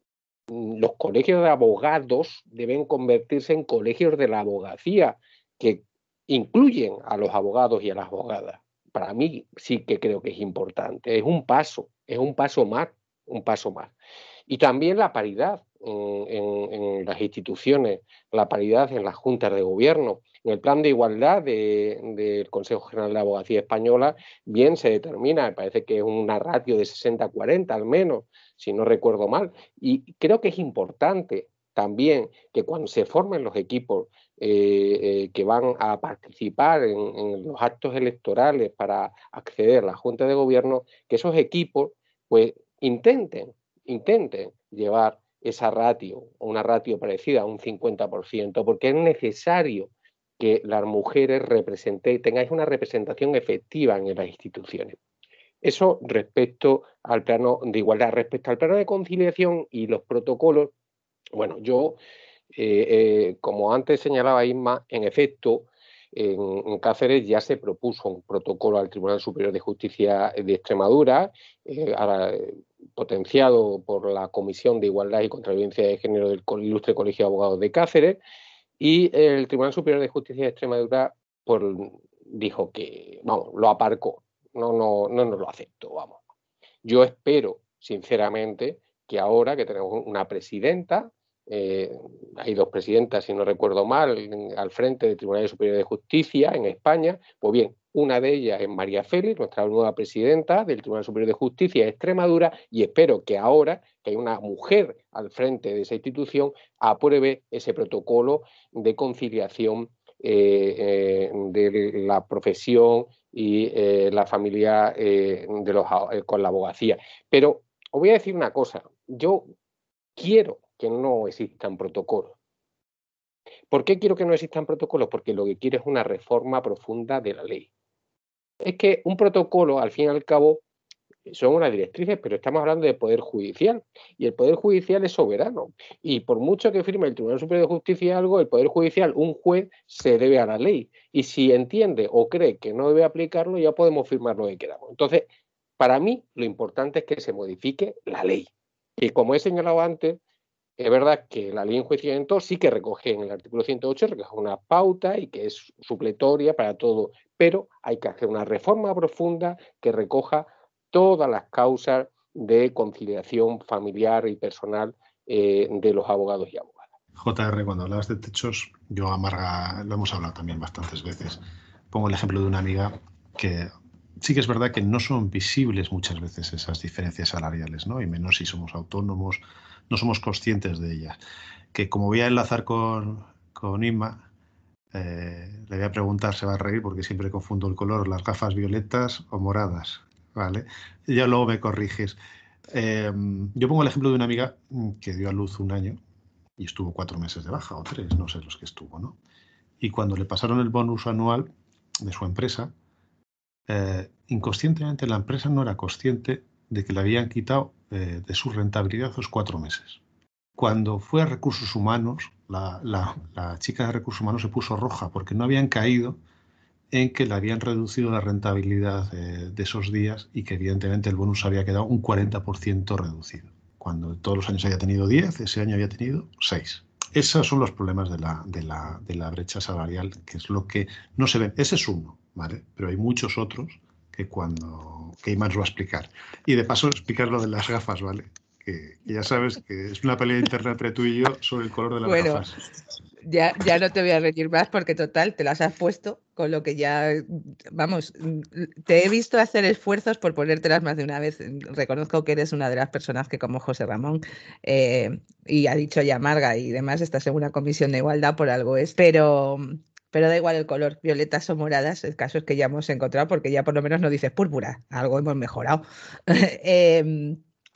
los colegios de abogados deben convertirse en colegios de la abogacía, que incluyen a los abogados y a las abogadas. Para mí sí que creo que es importante, es un paso, es un paso más, un paso más. Y también la paridad en, en, en las instituciones, la paridad en las juntas de gobierno. En el plan de igualdad del de, Consejo General de la Abogacía Española bien se determina, me parece que es una ratio de sesenta a cuarenta al menos, si no recuerdo mal. Y creo que es importante también que cuando se formen los equipos eh, eh, que van a participar en, en los actos electorales para acceder a la Junta de Gobierno, que esos equipos pues intenten, intenten llevar esa ratio, una ratio parecida a un cincuenta por ciento, porque es necesario que las mujeres representen, tengáis una representación efectiva en las instituciones. Eso respecto al plano de igualdad. Respecto al plano de conciliación y los protocolos, bueno, yo, eh, eh, como antes señalaba Isma, en efecto, en, en Cáceres ya se propuso un protocolo al Tribunal Superior de Justicia de Extremadura, eh, ahora, eh, potenciado por la Comisión de Igualdad y contra la Violencia de Género del Ilustre Colegio de Abogados de Cáceres, y el Tribunal Superior de Justicia de Extremadura pues, dijo que, vamos, lo aparcó, no, no, no nos lo aceptó, vamos. Yo espero, sinceramente, que ahora que tenemos una presidenta, eh, hay dos presidentas, si no recuerdo mal, al frente del Tribunal Superior de Justicia en España, pues bien, una de ellas es María Félix, nuestra nueva presidenta del Tribunal Superior de Justicia de Extremadura, y espero que ahora que hay una mujer al frente de esa institución apruebe ese protocolo de conciliación eh, eh, de la profesión y eh, la familia eh, de los, eh, con la abogacía. Pero os voy a decir una cosa, yo quiero que no existan protocolos. ¿Por qué quiero que no existan protocolos? Porque lo que quiero es una reforma profunda de la ley. Es que un protocolo, al fin y al cabo, son unas directrices, pero estamos hablando de poder judicial, y el poder judicial es soberano, y por mucho que firme el Tribunal Superior de Justicia algo, el poder judicial, un juez, se debe a la ley, y si entiende o cree que no debe aplicarlo, ya podemos firmar lo que queramos. Entonces, para mí, lo importante es que se modifique la ley, y como he señalado antes, es verdad que la ley de enjuiciamiento sí que recoge en el artículo ciento ocho, recoge una pauta y que es supletoria para todo, pero hay que hacer una reforma profunda que recoja todas las causas de conciliación familiar y personal eh, de los abogados y abogadas. J R, cuando hablabas de techos, yo a Marga lo hemos hablado también bastantes veces. Pongo el ejemplo de una amiga que sí que es verdad que no son visibles muchas veces esas diferencias salariales, ¿no? Y menos si somos autónomos, no somos conscientes de ellas. Que como voy a enlazar con, con Inma, eh, le voy a preguntar, se va a reír porque siempre confundo el color, las gafas violetas o moradas, ¿vale? Y ya luego me corriges. Eh, yo pongo el ejemplo de una amiga que dio a luz un año y estuvo cuatro meses de baja o tres, no sé los que estuvo, ¿no? Y cuando le pasaron el bonus anual de su empresa, eh, inconscientemente la empresa no era consciente de que le habían quitado eh, de su rentabilidad esos cuatro meses. Cuando fue a Recursos Humanos, la, la, la chica de Recursos Humanos se puso roja porque no habían caído en que le habían reducido la rentabilidad de, de esos días y que evidentemente el bonus había quedado un cuarenta por ciento reducido. Cuando todos los años había tenido diez, ese año había tenido seis. Esos son los problemas de la, de la, de la brecha salarial, que es lo que no se ve. Ese es uno, ¿vale? Pero hay muchos otros que cuando que Imán nos va a explicar. Y de paso explicar lo de las gafas, ¿vale? Que, que ya sabes que es una pelea interna entre tú y yo sobre el color de las bueno, gafas. Ya, ya no te voy a reñir más porque total, te las has puesto, con lo que ya, vamos, te he visto hacer esfuerzos por ponértelas más de una vez. Reconozco que eres una de las personas que, como José Ramón, eh, y ha dicho ya Marga y demás, estás en una comisión de igualdad, por algo es, pero... Pero da igual el color, violetas o moradas, el caso es que ya hemos encontrado, porque ya por lo menos no dices púrpura, algo hemos mejorado. eh,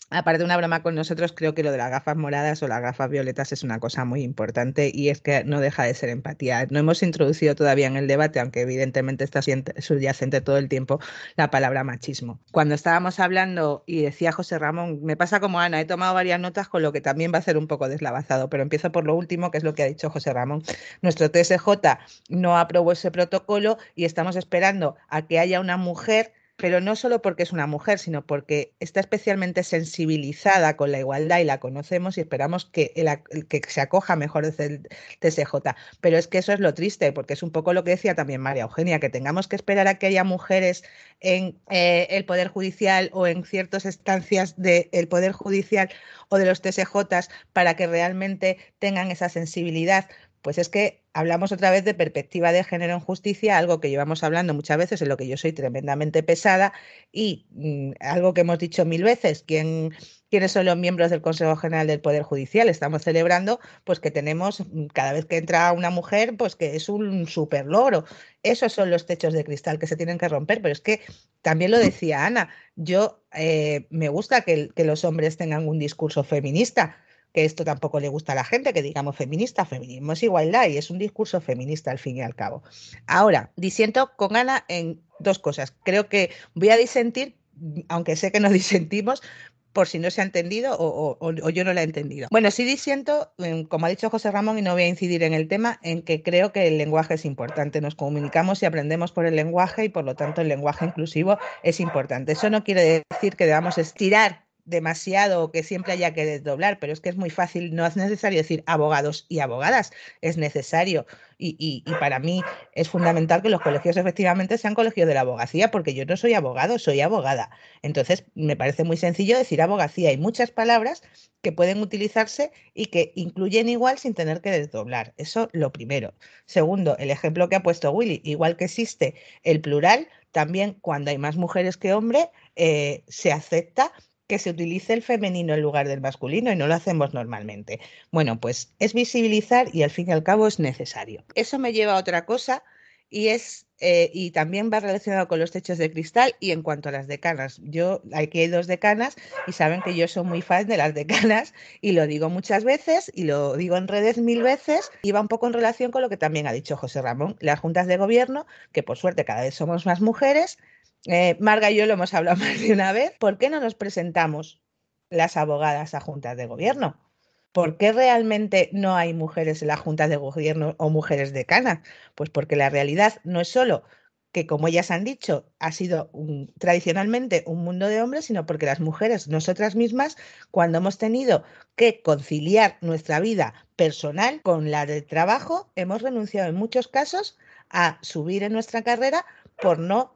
aparte de una broma con nosotros, creo que lo de las gafas moradas o las gafas violetas es una cosa muy importante y es que no deja de ser empatía. No hemos introducido todavía en el debate, aunque evidentemente está subyacente todo el tiempo, la palabra machismo. Cuando estábamos hablando y decía José Ramón, me pasa como Ana, he tomado varias notas con lo que también va a ser un poco deslavazado, pero empiezo por lo último, que es lo que ha dicho José Ramón. Nuestro T S J no aprobó ese protocolo y estamos esperando a que haya una mujer, pero no solo porque es una mujer, sino porque está especialmente sensibilizada con la igualdad y la conocemos y esperamos que, el, que se acoja mejor desde el T S J. Pero es que eso es lo triste, porque es un poco lo que decía también María Eugenia, que tengamos que esperar a que haya mujeres en eh, el Poder Judicial o en ciertas instancias del Poder Judicial o de los T S J para que realmente tengan esa sensibilidad. Pues es que hablamos otra vez de perspectiva de género en justicia, algo que llevamos hablando muchas veces, en lo que yo soy tremendamente pesada y mmm, algo que hemos dicho mil veces, ¿quién, quiénes son los miembros del Consejo General del Poder Judicial? Estamos celebrando pues que tenemos, cada vez que entra una mujer, pues que es un súper logro. Esos son los techos de cristal que se tienen que romper, pero es que también lo decía Ana, yo eh, me gusta que, que los hombres tengan un discurso feminista, que esto tampoco le gusta a la gente, que digamos feminista, feminismo es igualdad y es un discurso feminista al fin y al cabo. Ahora, disiento con Ana en dos cosas. Creo que voy a disentir, aunque sé que no disentimos, por si no se ha entendido o, o, o yo no la he entendido. Bueno, sí disiento, como ha dicho José Ramón, y no voy a incidir en el tema, en que creo que el lenguaje es importante. Nos comunicamos y aprendemos por el lenguaje y por lo tanto el lenguaje inclusivo es importante. Eso no quiere decir que debamos estirar demasiado o que siempre haya que desdoblar, pero es que es muy fácil, no es necesario decir abogados y abogadas, es necesario y, y, y para mí es fundamental que los colegios efectivamente sean colegios de la abogacía, porque yo no soy abogado, soy abogada. Entonces me parece muy sencillo decir abogacía. Hay muchas palabras que pueden utilizarse y que incluyen igual sin tener que desdoblar. Eso lo primero. Segundo, el ejemplo que ha puesto Willy, igual que existe el plural, también cuando hay más mujeres que hombres eh, se acepta que se utilice el femenino en lugar del masculino y no lo hacemos normalmente. Bueno, pues es visibilizar y al fin y al cabo es necesario. Eso me lleva a otra cosa y es eh, y también va relacionado con los techos de cristal y en cuanto a las decanas. Yo, aquí hay dos decanas y saben que yo soy muy fan de las decanas y lo digo muchas veces y lo digo en redes mil veces y va un poco en relación con lo que también ha dicho José Ramón. Las juntas de gobierno, que por suerte cada vez somos más mujeres. Eh, Marga y yo lo hemos hablado más de una vez. ¿Por qué no nos presentamos las abogadas a juntas de gobierno? ¿Por qué realmente no hay mujeres en las juntas de gobierno o mujeres decanas? Pues porque la realidad no es solo que, como ellas han dicho, ha sido un, tradicionalmente un mundo de hombres, sino porque las mujeres, nosotras mismas, cuando hemos tenido que conciliar nuestra vida personal con la del trabajo, hemos renunciado en muchos casos a subir en nuestra carrera por no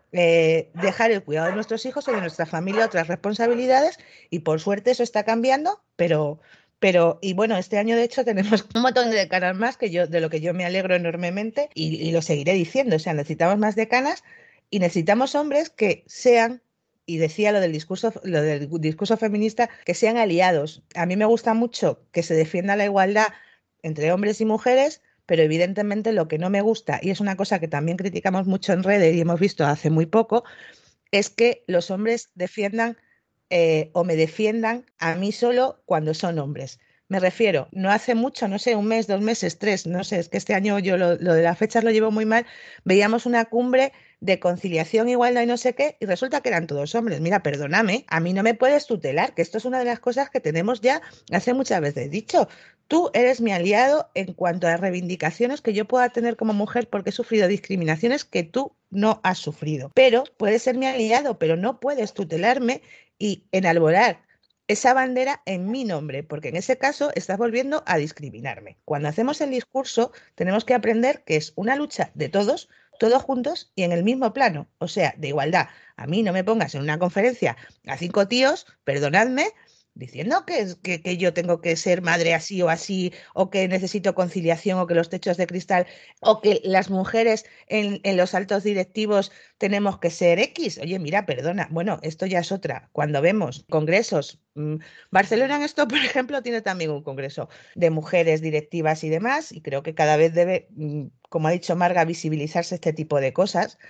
Eh, dejar el cuidado de nuestros hijos o de nuestra familia, otras responsabilidades, y por suerte eso está cambiando, pero, pero y bueno, este año de hecho tenemos un montón de decanas más, que yo, de lo que yo me alegro enormemente y, y lo seguiré diciendo, o sea, necesitamos más decanas y necesitamos hombres que sean, y decía lo del discurso, lo del discurso feminista, que sean aliados. A mí me gusta mucho que se defienda la igualdad entre hombres y mujeres, pero evidentemente lo que no me gusta, y es una cosa que también criticamos mucho en redes y hemos visto hace muy poco, es que los hombres defiendan eh, o me defiendan a mí solo cuando son hombres. Me refiero, no hace mucho, no sé, un mes, dos meses, tres, no sé, es que este año yo lo, lo de las fechas lo llevo muy mal, veíamos una cumbre de conciliación, igualdad y no sé qué, y resulta que eran todos hombres. Mira, perdóname, a mí no me puedes tutelar, que esto es una de las cosas que tenemos ya hace muchas veces dicho. Tú eres mi aliado en cuanto a reivindicaciones que yo pueda tener como mujer porque he sufrido discriminaciones que tú no has sufrido. Pero puedes ser mi aliado, pero no puedes tutelarme y enalborar esa bandera en mi nombre, porque en ese caso estás volviendo a discriminarme. Cuando hacemos el discurso tenemos que aprender que es una lucha de todos, todos juntos y en el mismo plano, o sea, de igualdad. A mí no me pongas en una conferencia a cinco tíos, perdonadme, diciendo que, que, que yo tengo que ser madre así o así, o que necesito conciliación, o que los techos de cristal, o que las mujeres en, en los altos directivos tenemos que ser X. Oye, mira, perdona, bueno, esto ya es otra. Cuando vemos congresos, mmm, Barcelona en esto, por ejemplo, tiene también un congreso de mujeres directivas y demás, y creo que cada vez debe, mmm, como ha dicho Marga, visibilizarse este tipo de cosas,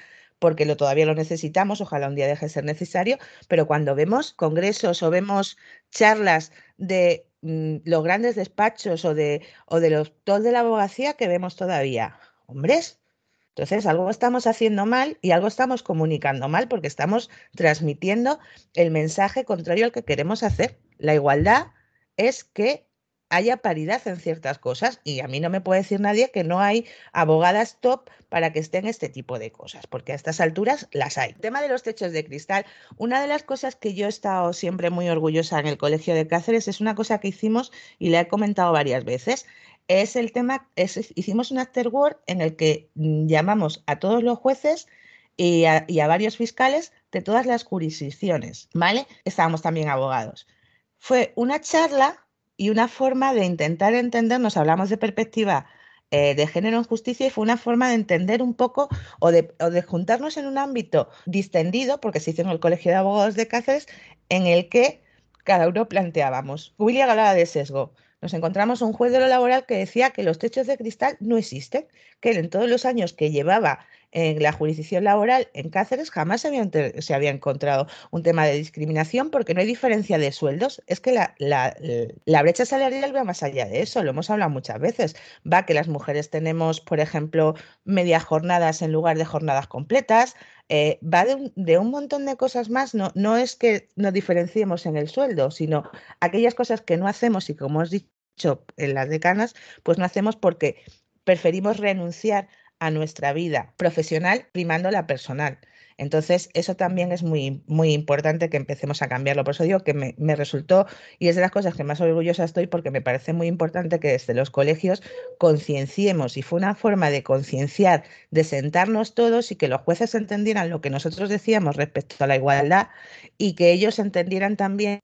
porque lo, todavía lo necesitamos, ojalá un día deje de ser necesario, pero cuando vemos congresos o vemos charlas de mmm, los grandes despachos o de, o de los top de la abogacía que vemos todavía, hombres, entonces algo estamos haciendo mal y algo estamos comunicando mal porque estamos transmitiendo el mensaje contrario al que queremos hacer. La igualdad es que haya paridad en ciertas cosas y a mí no me puede decir nadie que no hay abogadas top para que estén este tipo de cosas, porque a estas alturas las hay. El tema de los techos de cristal, una de las cosas que yo he estado siempre muy orgullosa en el Colegio de Cáceres es una cosa que hicimos y la he comentado varias veces. Es el tema, es, hicimos un afterwork en el que llamamos a todos los jueces y a, y a varios fiscales de todas las jurisdicciones, ¿vale? Estábamos también abogados. Fue una charla y una forma de intentar entendernos, hablamos de perspectiva eh, de género en justicia y fue una forma de entender un poco o de, o de juntarnos en un ámbito distendido, porque se hizo en el Colegio de Abogados de Cáceres, en el que cada uno planteábamos. William hablaba de sesgo. Nos encontramos un juez de lo laboral que decía que los techos de cristal no existen, que él en todos los años que llevaba en la jurisdicción laboral en Cáceres jamás se había, se había encontrado un tema de discriminación porque no hay diferencia de sueldos. Es que la, la, la brecha salarial va más allá de eso, lo hemos hablado muchas veces. Va que las mujeres tenemos, por ejemplo, medias jornadas en lugar de jornadas completas. Eh, va de un, de un montón de cosas más. No, no es que nos diferenciemos en el sueldo, sino aquellas cosas que no hacemos y como os he dicho en las decanas, pues no hacemos porque preferimos renunciar a nuestra vida profesional primando la personal. Entonces, eso también es muy, muy importante que empecemos a cambiarlo. Por eso digo que me, me resultó, y es de las cosas que más orgullosa estoy, porque me parece muy importante que desde los colegios concienciemos, y fue una forma de concienciar, de sentarnos todos y que los jueces entendieran lo que nosotros decíamos respecto a la igualdad y que ellos entendieran también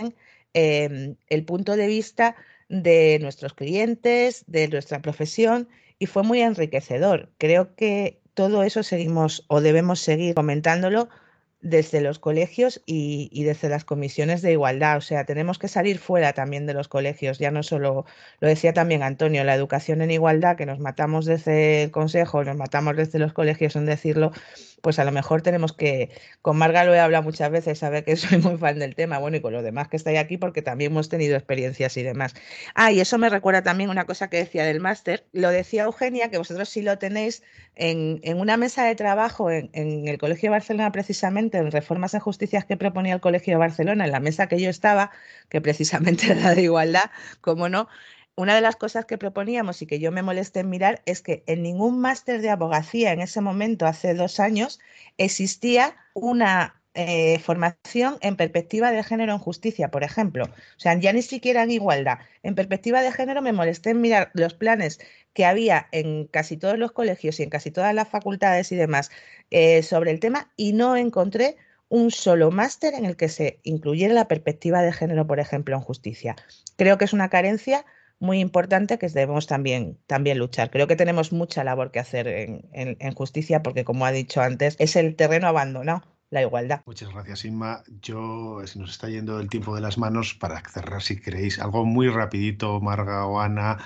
eh, el punto de vista de nuestros clientes, de nuestra profesión, y fue muy enriquecedor. Creo que todo eso seguimos o debemos seguir comentándolo desde los colegios y, y desde las comisiones de igualdad. O sea, tenemos que salir fuera también de los colegios, ya no solo, lo decía también Antonio, la educación en igualdad, que nos matamos desde el consejo, nos matamos desde los colegios en decirlo, pues a lo mejor tenemos que, con Marga lo he hablado muchas veces, sabe que soy muy fan del tema, bueno, y con los demás que estáis aquí porque también hemos tenido experiencias y demás. Ah, y eso me recuerda también una cosa que decía del máster, lo decía Eugenia, que vosotros sí lo tenéis en, en una mesa de trabajo en, en el Colegio de Barcelona precisamente, en reformas en justicias que proponía el Colegio de Barcelona, en la mesa que yo estaba, que precisamente era la de igualdad, cómo no. Una de las cosas que proponíamos y que yo me molesté en mirar es que en ningún máster de abogacía en ese momento, hace dos años, existía una eh, formación en perspectiva de género en justicia, por ejemplo. O sea, ya ni siquiera en igualdad. En perspectiva de género me molesté en mirar los planes que había en casi todos los colegios y en casi todas las facultades y demás eh, sobre el tema y no encontré un solo máster en el que se incluyera la perspectiva de género, por ejemplo, en justicia. Creo que es una carencia muy importante que debemos también, también luchar. Creo que tenemos mucha labor que hacer en, en, en justicia porque, como ha dicho antes, es el terreno abandonado, la igualdad. Muchas gracias, Inma. Yo, se nos está yendo el tiempo de las manos, para cerrar, si queréis, algo muy rapidito, Marga o Ana,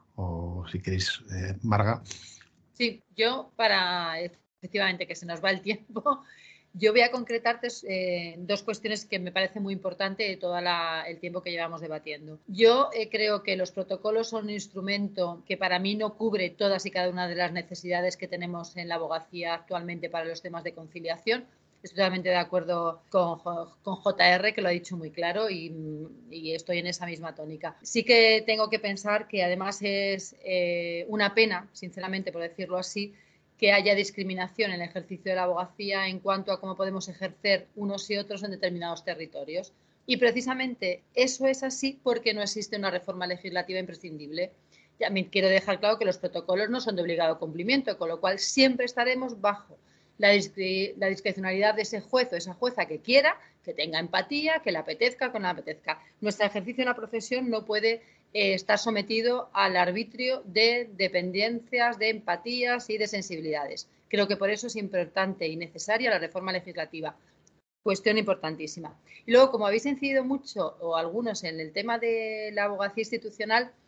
o si queréis, eh, Marga. Sí, yo para, efectivamente, que se nos va el tiempo, yo voy a concretarte eh, dos cuestiones que me parece muy importante de todo la, el tiempo que llevamos debatiendo. Yo eh, creo que los protocolos son un instrumento que para mí no cubre todas y cada una de las necesidades que tenemos en la abogacía actualmente para los temas de conciliación. Estoy totalmente de acuerdo con, con J R, que lo ha dicho muy claro, y, y estoy en esa misma tónica. Sí que tengo que pensar que además es eh, una pena, sinceramente, por decirlo así, que haya discriminación en el ejercicio de la abogacía en cuanto a cómo podemos ejercer unos y otros en determinados territorios. Y precisamente eso es así porque no existe una reforma legislativa imprescindible. También quiero dejar claro que los protocolos no son de obligado cumplimiento, con lo cual siempre estaremos bajo la, discre- la discrecionalidad de ese juez o esa jueza que quiera, que tenga empatía, que le apetezca, que no le apetezca. Nuestro ejercicio en la profesión no puede Eh, estar sometido al arbitrio de dependencias, de empatías y de sensibilidades. Creo que por eso es importante y necesaria la reforma legislativa. Cuestión importantísima. Y luego, como habéis incidido mucho, o algunos, en el tema de la abogacía institucional,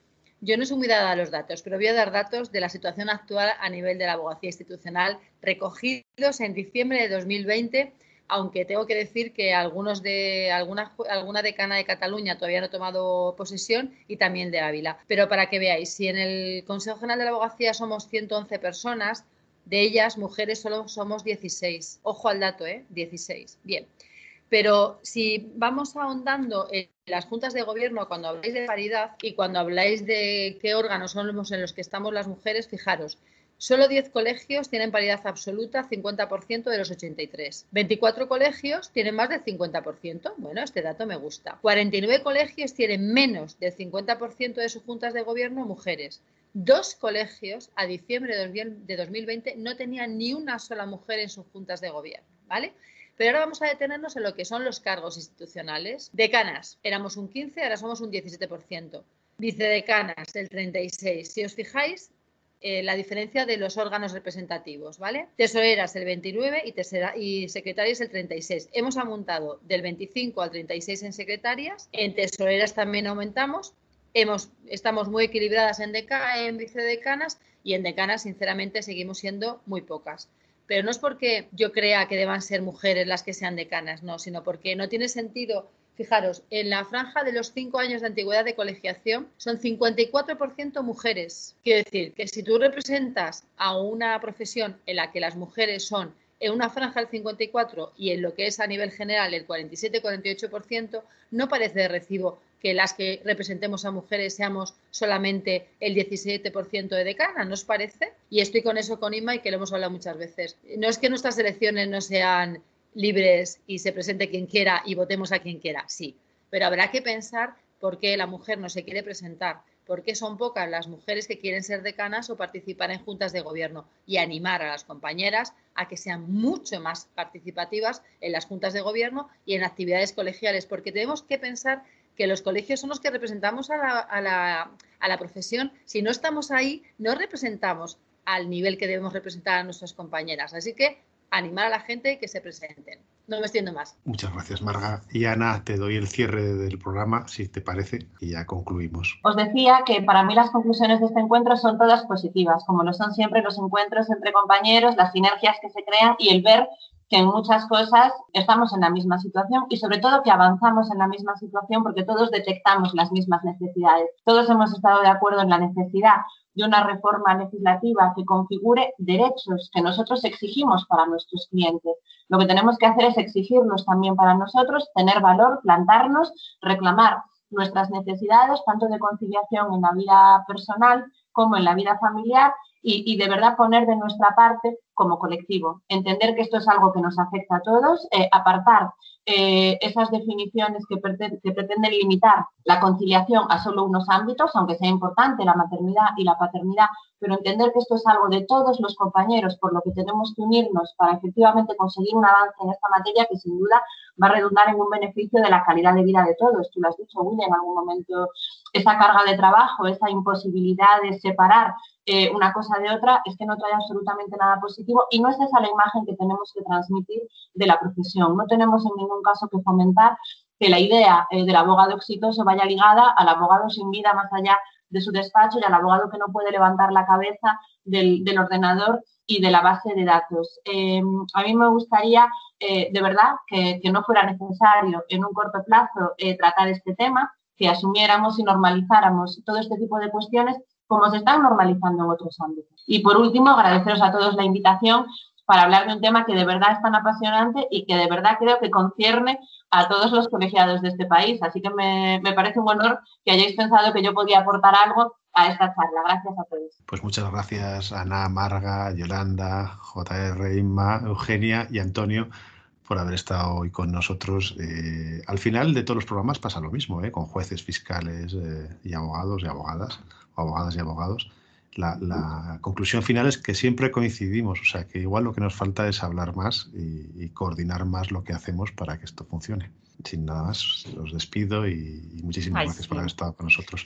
Yo no soy muy dada a los datos, pero voy a dar datos de la situación actual a nivel de la abogacía institucional recogidos en diciembre de dos mil veinte, aunque tengo que decir que algunos de alguna, alguna decana de Cataluña todavía no ha tomado posesión y también de Ávila. Pero para que veáis, si en el Consejo General de la Abogacía somos ciento once personas, de ellas mujeres solo somos dieciséis. Ojo al dato, ¿eh? dieciséis. Bien. Pero si vamos ahondando en las juntas de gobierno, cuando habláis de paridad y cuando habláis de qué órganos son los en los que estamos las mujeres, fijaros, solo diez colegios tienen paridad absoluta, cincuenta por ciento de los ochenta y tres. veinticuatro colegios tienen más del cincuenta por ciento. Bueno, este dato me gusta. cuarenta y nueve colegios tienen menos del cincuenta por ciento de sus juntas de gobierno mujeres. Dos colegios a diciembre de dos mil veinte no tenían ni una sola mujer en sus juntas de gobierno, ¿vale? Pero ahora vamos a detenernos en lo que son los cargos institucionales. Decanas, éramos un quince, ahora somos un diecisiete por ciento. Vicedecanas, el treinta y seis por ciento. Si os fijáis, eh, la diferencia de los órganos representativos, ¿vale? Tesoreras, el veintinueve por ciento y, y secretarias, el treinta y seis por ciento. Hemos aumentado del veinticinco al treinta y seis por ciento en secretarias. En tesoreras también aumentamos. Hemos, estamos muy equilibradas en, deca, en vicedecanas y en decanas, sinceramente, seguimos siendo muy pocas. Pero no es porque yo crea que deban ser mujeres las que sean decanas, no, sino porque no tiene sentido. Fijaros, en la franja de los cinco años de antigüedad de colegiación son cincuenta y cuatro por ciento mujeres. Quiero decir que si tú representas a una profesión en la que las mujeres son en una franja del cincuenta y cuatro por ciento y en lo que es a nivel general el cuarenta y siete a cuarenta y ocho por ciento, no parece de recibo que las que representemos a mujeres seamos solamente el diecisiete por ciento de decana, ¿no os parece? Y estoy con eso con Inma y que lo hemos hablado muchas veces. No es que nuestras elecciones no sean libres y se presente quien quiera y votemos a quien quiera, sí, pero habrá que pensar por qué la mujer no se quiere presentar, por qué son pocas las mujeres que quieren ser decanas o participar en juntas de gobierno y animar a las compañeras a que sean mucho más participativas en las juntas de gobierno y en actividades colegiales, porque tenemos que pensar que los colegios son los que representamos a la, a la, a la profesión. Si no estamos ahí, no representamos al nivel que debemos representar a nuestras compañeras. Así que animar a la gente que se presenten. No me extiendo más. Muchas gracias, Marga. Y Ana, te doy el cierre del programa, si te parece, y ya concluimos. Os decía que para mí las conclusiones de este encuentro son todas positivas, como lo son siempre los encuentros entre compañeros, las sinergias que se crean y el ver que en muchas cosas estamos en la misma situación y sobre todo que avanzamos en la misma situación porque todos detectamos las mismas necesidades. Todos hemos estado de acuerdo en la necesidad de una reforma legislativa que configure derechos que nosotros exigimos para nuestros clientes. Lo que tenemos que hacer es exigirlos también para nosotros, tener valor, plantarnos, reclamar nuestras necesidades, tanto de conciliación en la vida personal como en la vida familiar, y, y de verdad poner de nuestra parte como colectivo. Entender que esto es algo que nos afecta a todos, eh, apartar eh, esas definiciones que, pretend, que pretenden limitar la conciliación a solo unos ámbitos, aunque sea importante la maternidad y la paternidad, pero entender que esto es algo de todos los compañeros, por lo que tenemos que unirnos para efectivamente conseguir un avance en esta materia que sin duda va a redundar en un beneficio de la calidad de vida de todos. Tú lo has dicho, William, en algún momento, esa carga de trabajo, esa imposibilidad de separar eh, una cosa de otra, es que no trae absolutamente nada positivo y no es esa la imagen que tenemos que transmitir de la profesión. No tenemos en ningún caso que fomentar que la idea eh, del abogado exitoso vaya ligada al abogado sin vida más allá de su despacho y al abogado que no puede levantar la cabeza del, del ordenador y de la base de datos. Eh, a mí me gustaría, eh, de verdad, que, que no fuera necesario en un corto plazo eh, tratar este tema, que asumiéramos y normalizáramos todo este tipo de cuestiones como se están normalizando en otros ámbitos. Y por último, agradeceros a todos la invitación para hablar de un tema que de verdad es tan apasionante y que de verdad creo que concierne a todos los colegiados de este país. Así que me, me parece un honor que hayáis pensado que yo podía aportar algo a esta charla. Gracias a todos. Pues muchas gracias, Ana, Marga, Yolanda, J R, Inma, Eugenia y Antonio, por haber estado hoy con nosotros. Eh, al final de todos los programas pasa lo mismo, ¿eh? Con jueces, fiscales eh, y abogados y abogadas, o abogadas y abogados. La, la conclusión final es que siempre coincidimos, o sea que igual lo que nos falta es hablar más y, y coordinar más lo que hacemos para que esto funcione. Sin nada más, os despido y, y muchísimas Ay, gracias sí. por haber estado con nosotros.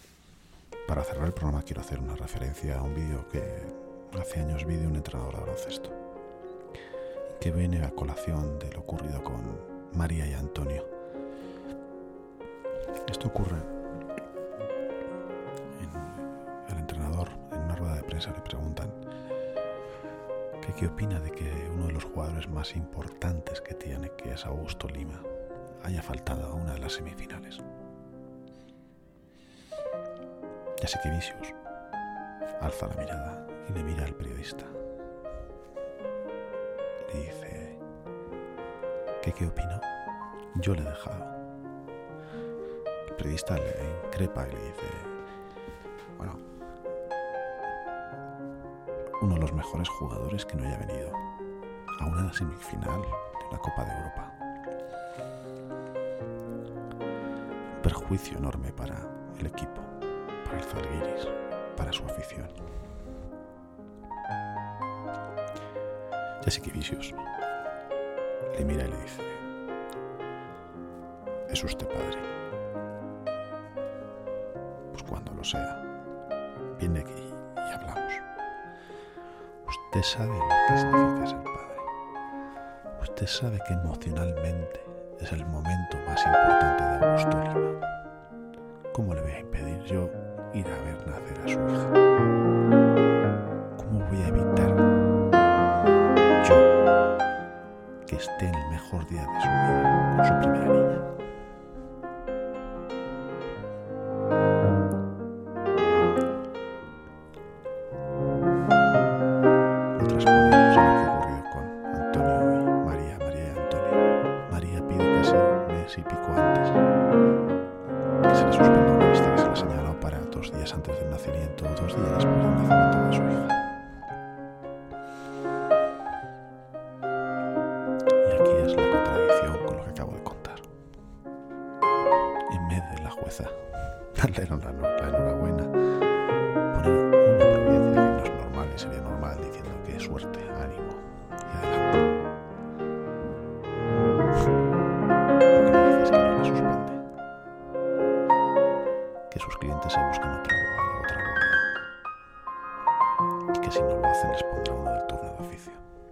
Para cerrar el programa quiero hacer una referencia a un vídeo que hace años vi de un entrenador de baloncesto, que viene a colación de lo ocurrido con María y Antonio. Esto ocurre en prensa le preguntan que qué opina de que uno de los jugadores más importantes que tiene, que es Augusto Lima, haya faltado a una de las semifinales. Jasikevičius alza la mirada y le mira al periodista. Le dice: ¿qué, qué opino? Yo le he dejado. El periodista le increpa y le dice: bueno, uno de los mejores jugadores que no haya venido a una semifinal de una Copa de Europa. Un perjuicio enorme para el equipo, para el Zalgiris, para su afición. Jasikevičius le mira y le dice: ¿es usted padre? Pues cuando lo sea, viene aquí y hablamos. Usted sabe lo que significa ser padre. Usted sabe que emocionalmente es el momento más importante de Augusto Lima. ¿Cómo le voy a impedir yo ir a ver nacer a su hija? ¿Cómo voy a evitar yo que esté en el mejor día de su vida con su primera niña? Lo transponemos a lo que ha ocurrido con Antonio y María, María y Antonio. María pide casi un mes y pico antes que se le suspenda una vista que se le señaló para dos días antes del nacimiento o dos días después del nacimiento de su hija. Y aquí es la contradicción con lo que acabo de contar. En vez de la jueza darle la, la enhorabuena, poner una providencia que no es normal y sería normal, diciendo que suerte, ánimo y adelante. Lo que me dice es que no le suspende, que sus clientes se buscan otra abogada, otra abogada, y que si no lo hacen les pondrá uno del turno de oficio.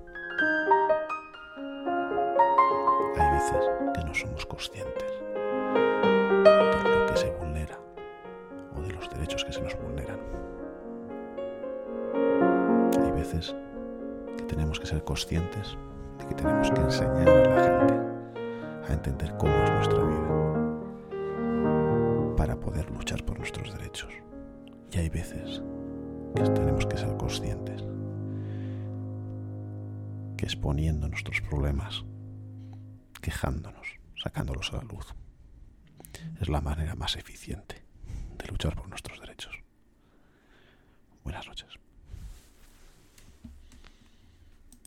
Hay veces que no somos conscientes de lo que se vulnera o de los derechos que se nos vulneran. Hay veces que tenemos que ser conscientes de que tenemos que enseñar a la gente a entender cómo es nuestra vida para poder luchar por nuestros derechos. Y hay veces que tenemos que ser conscientes que exponiendo nuestros problemas, quejándonos, sacándolos a la luz, es la manera más eficiente de luchar por nuestros derechos. Buenas noches.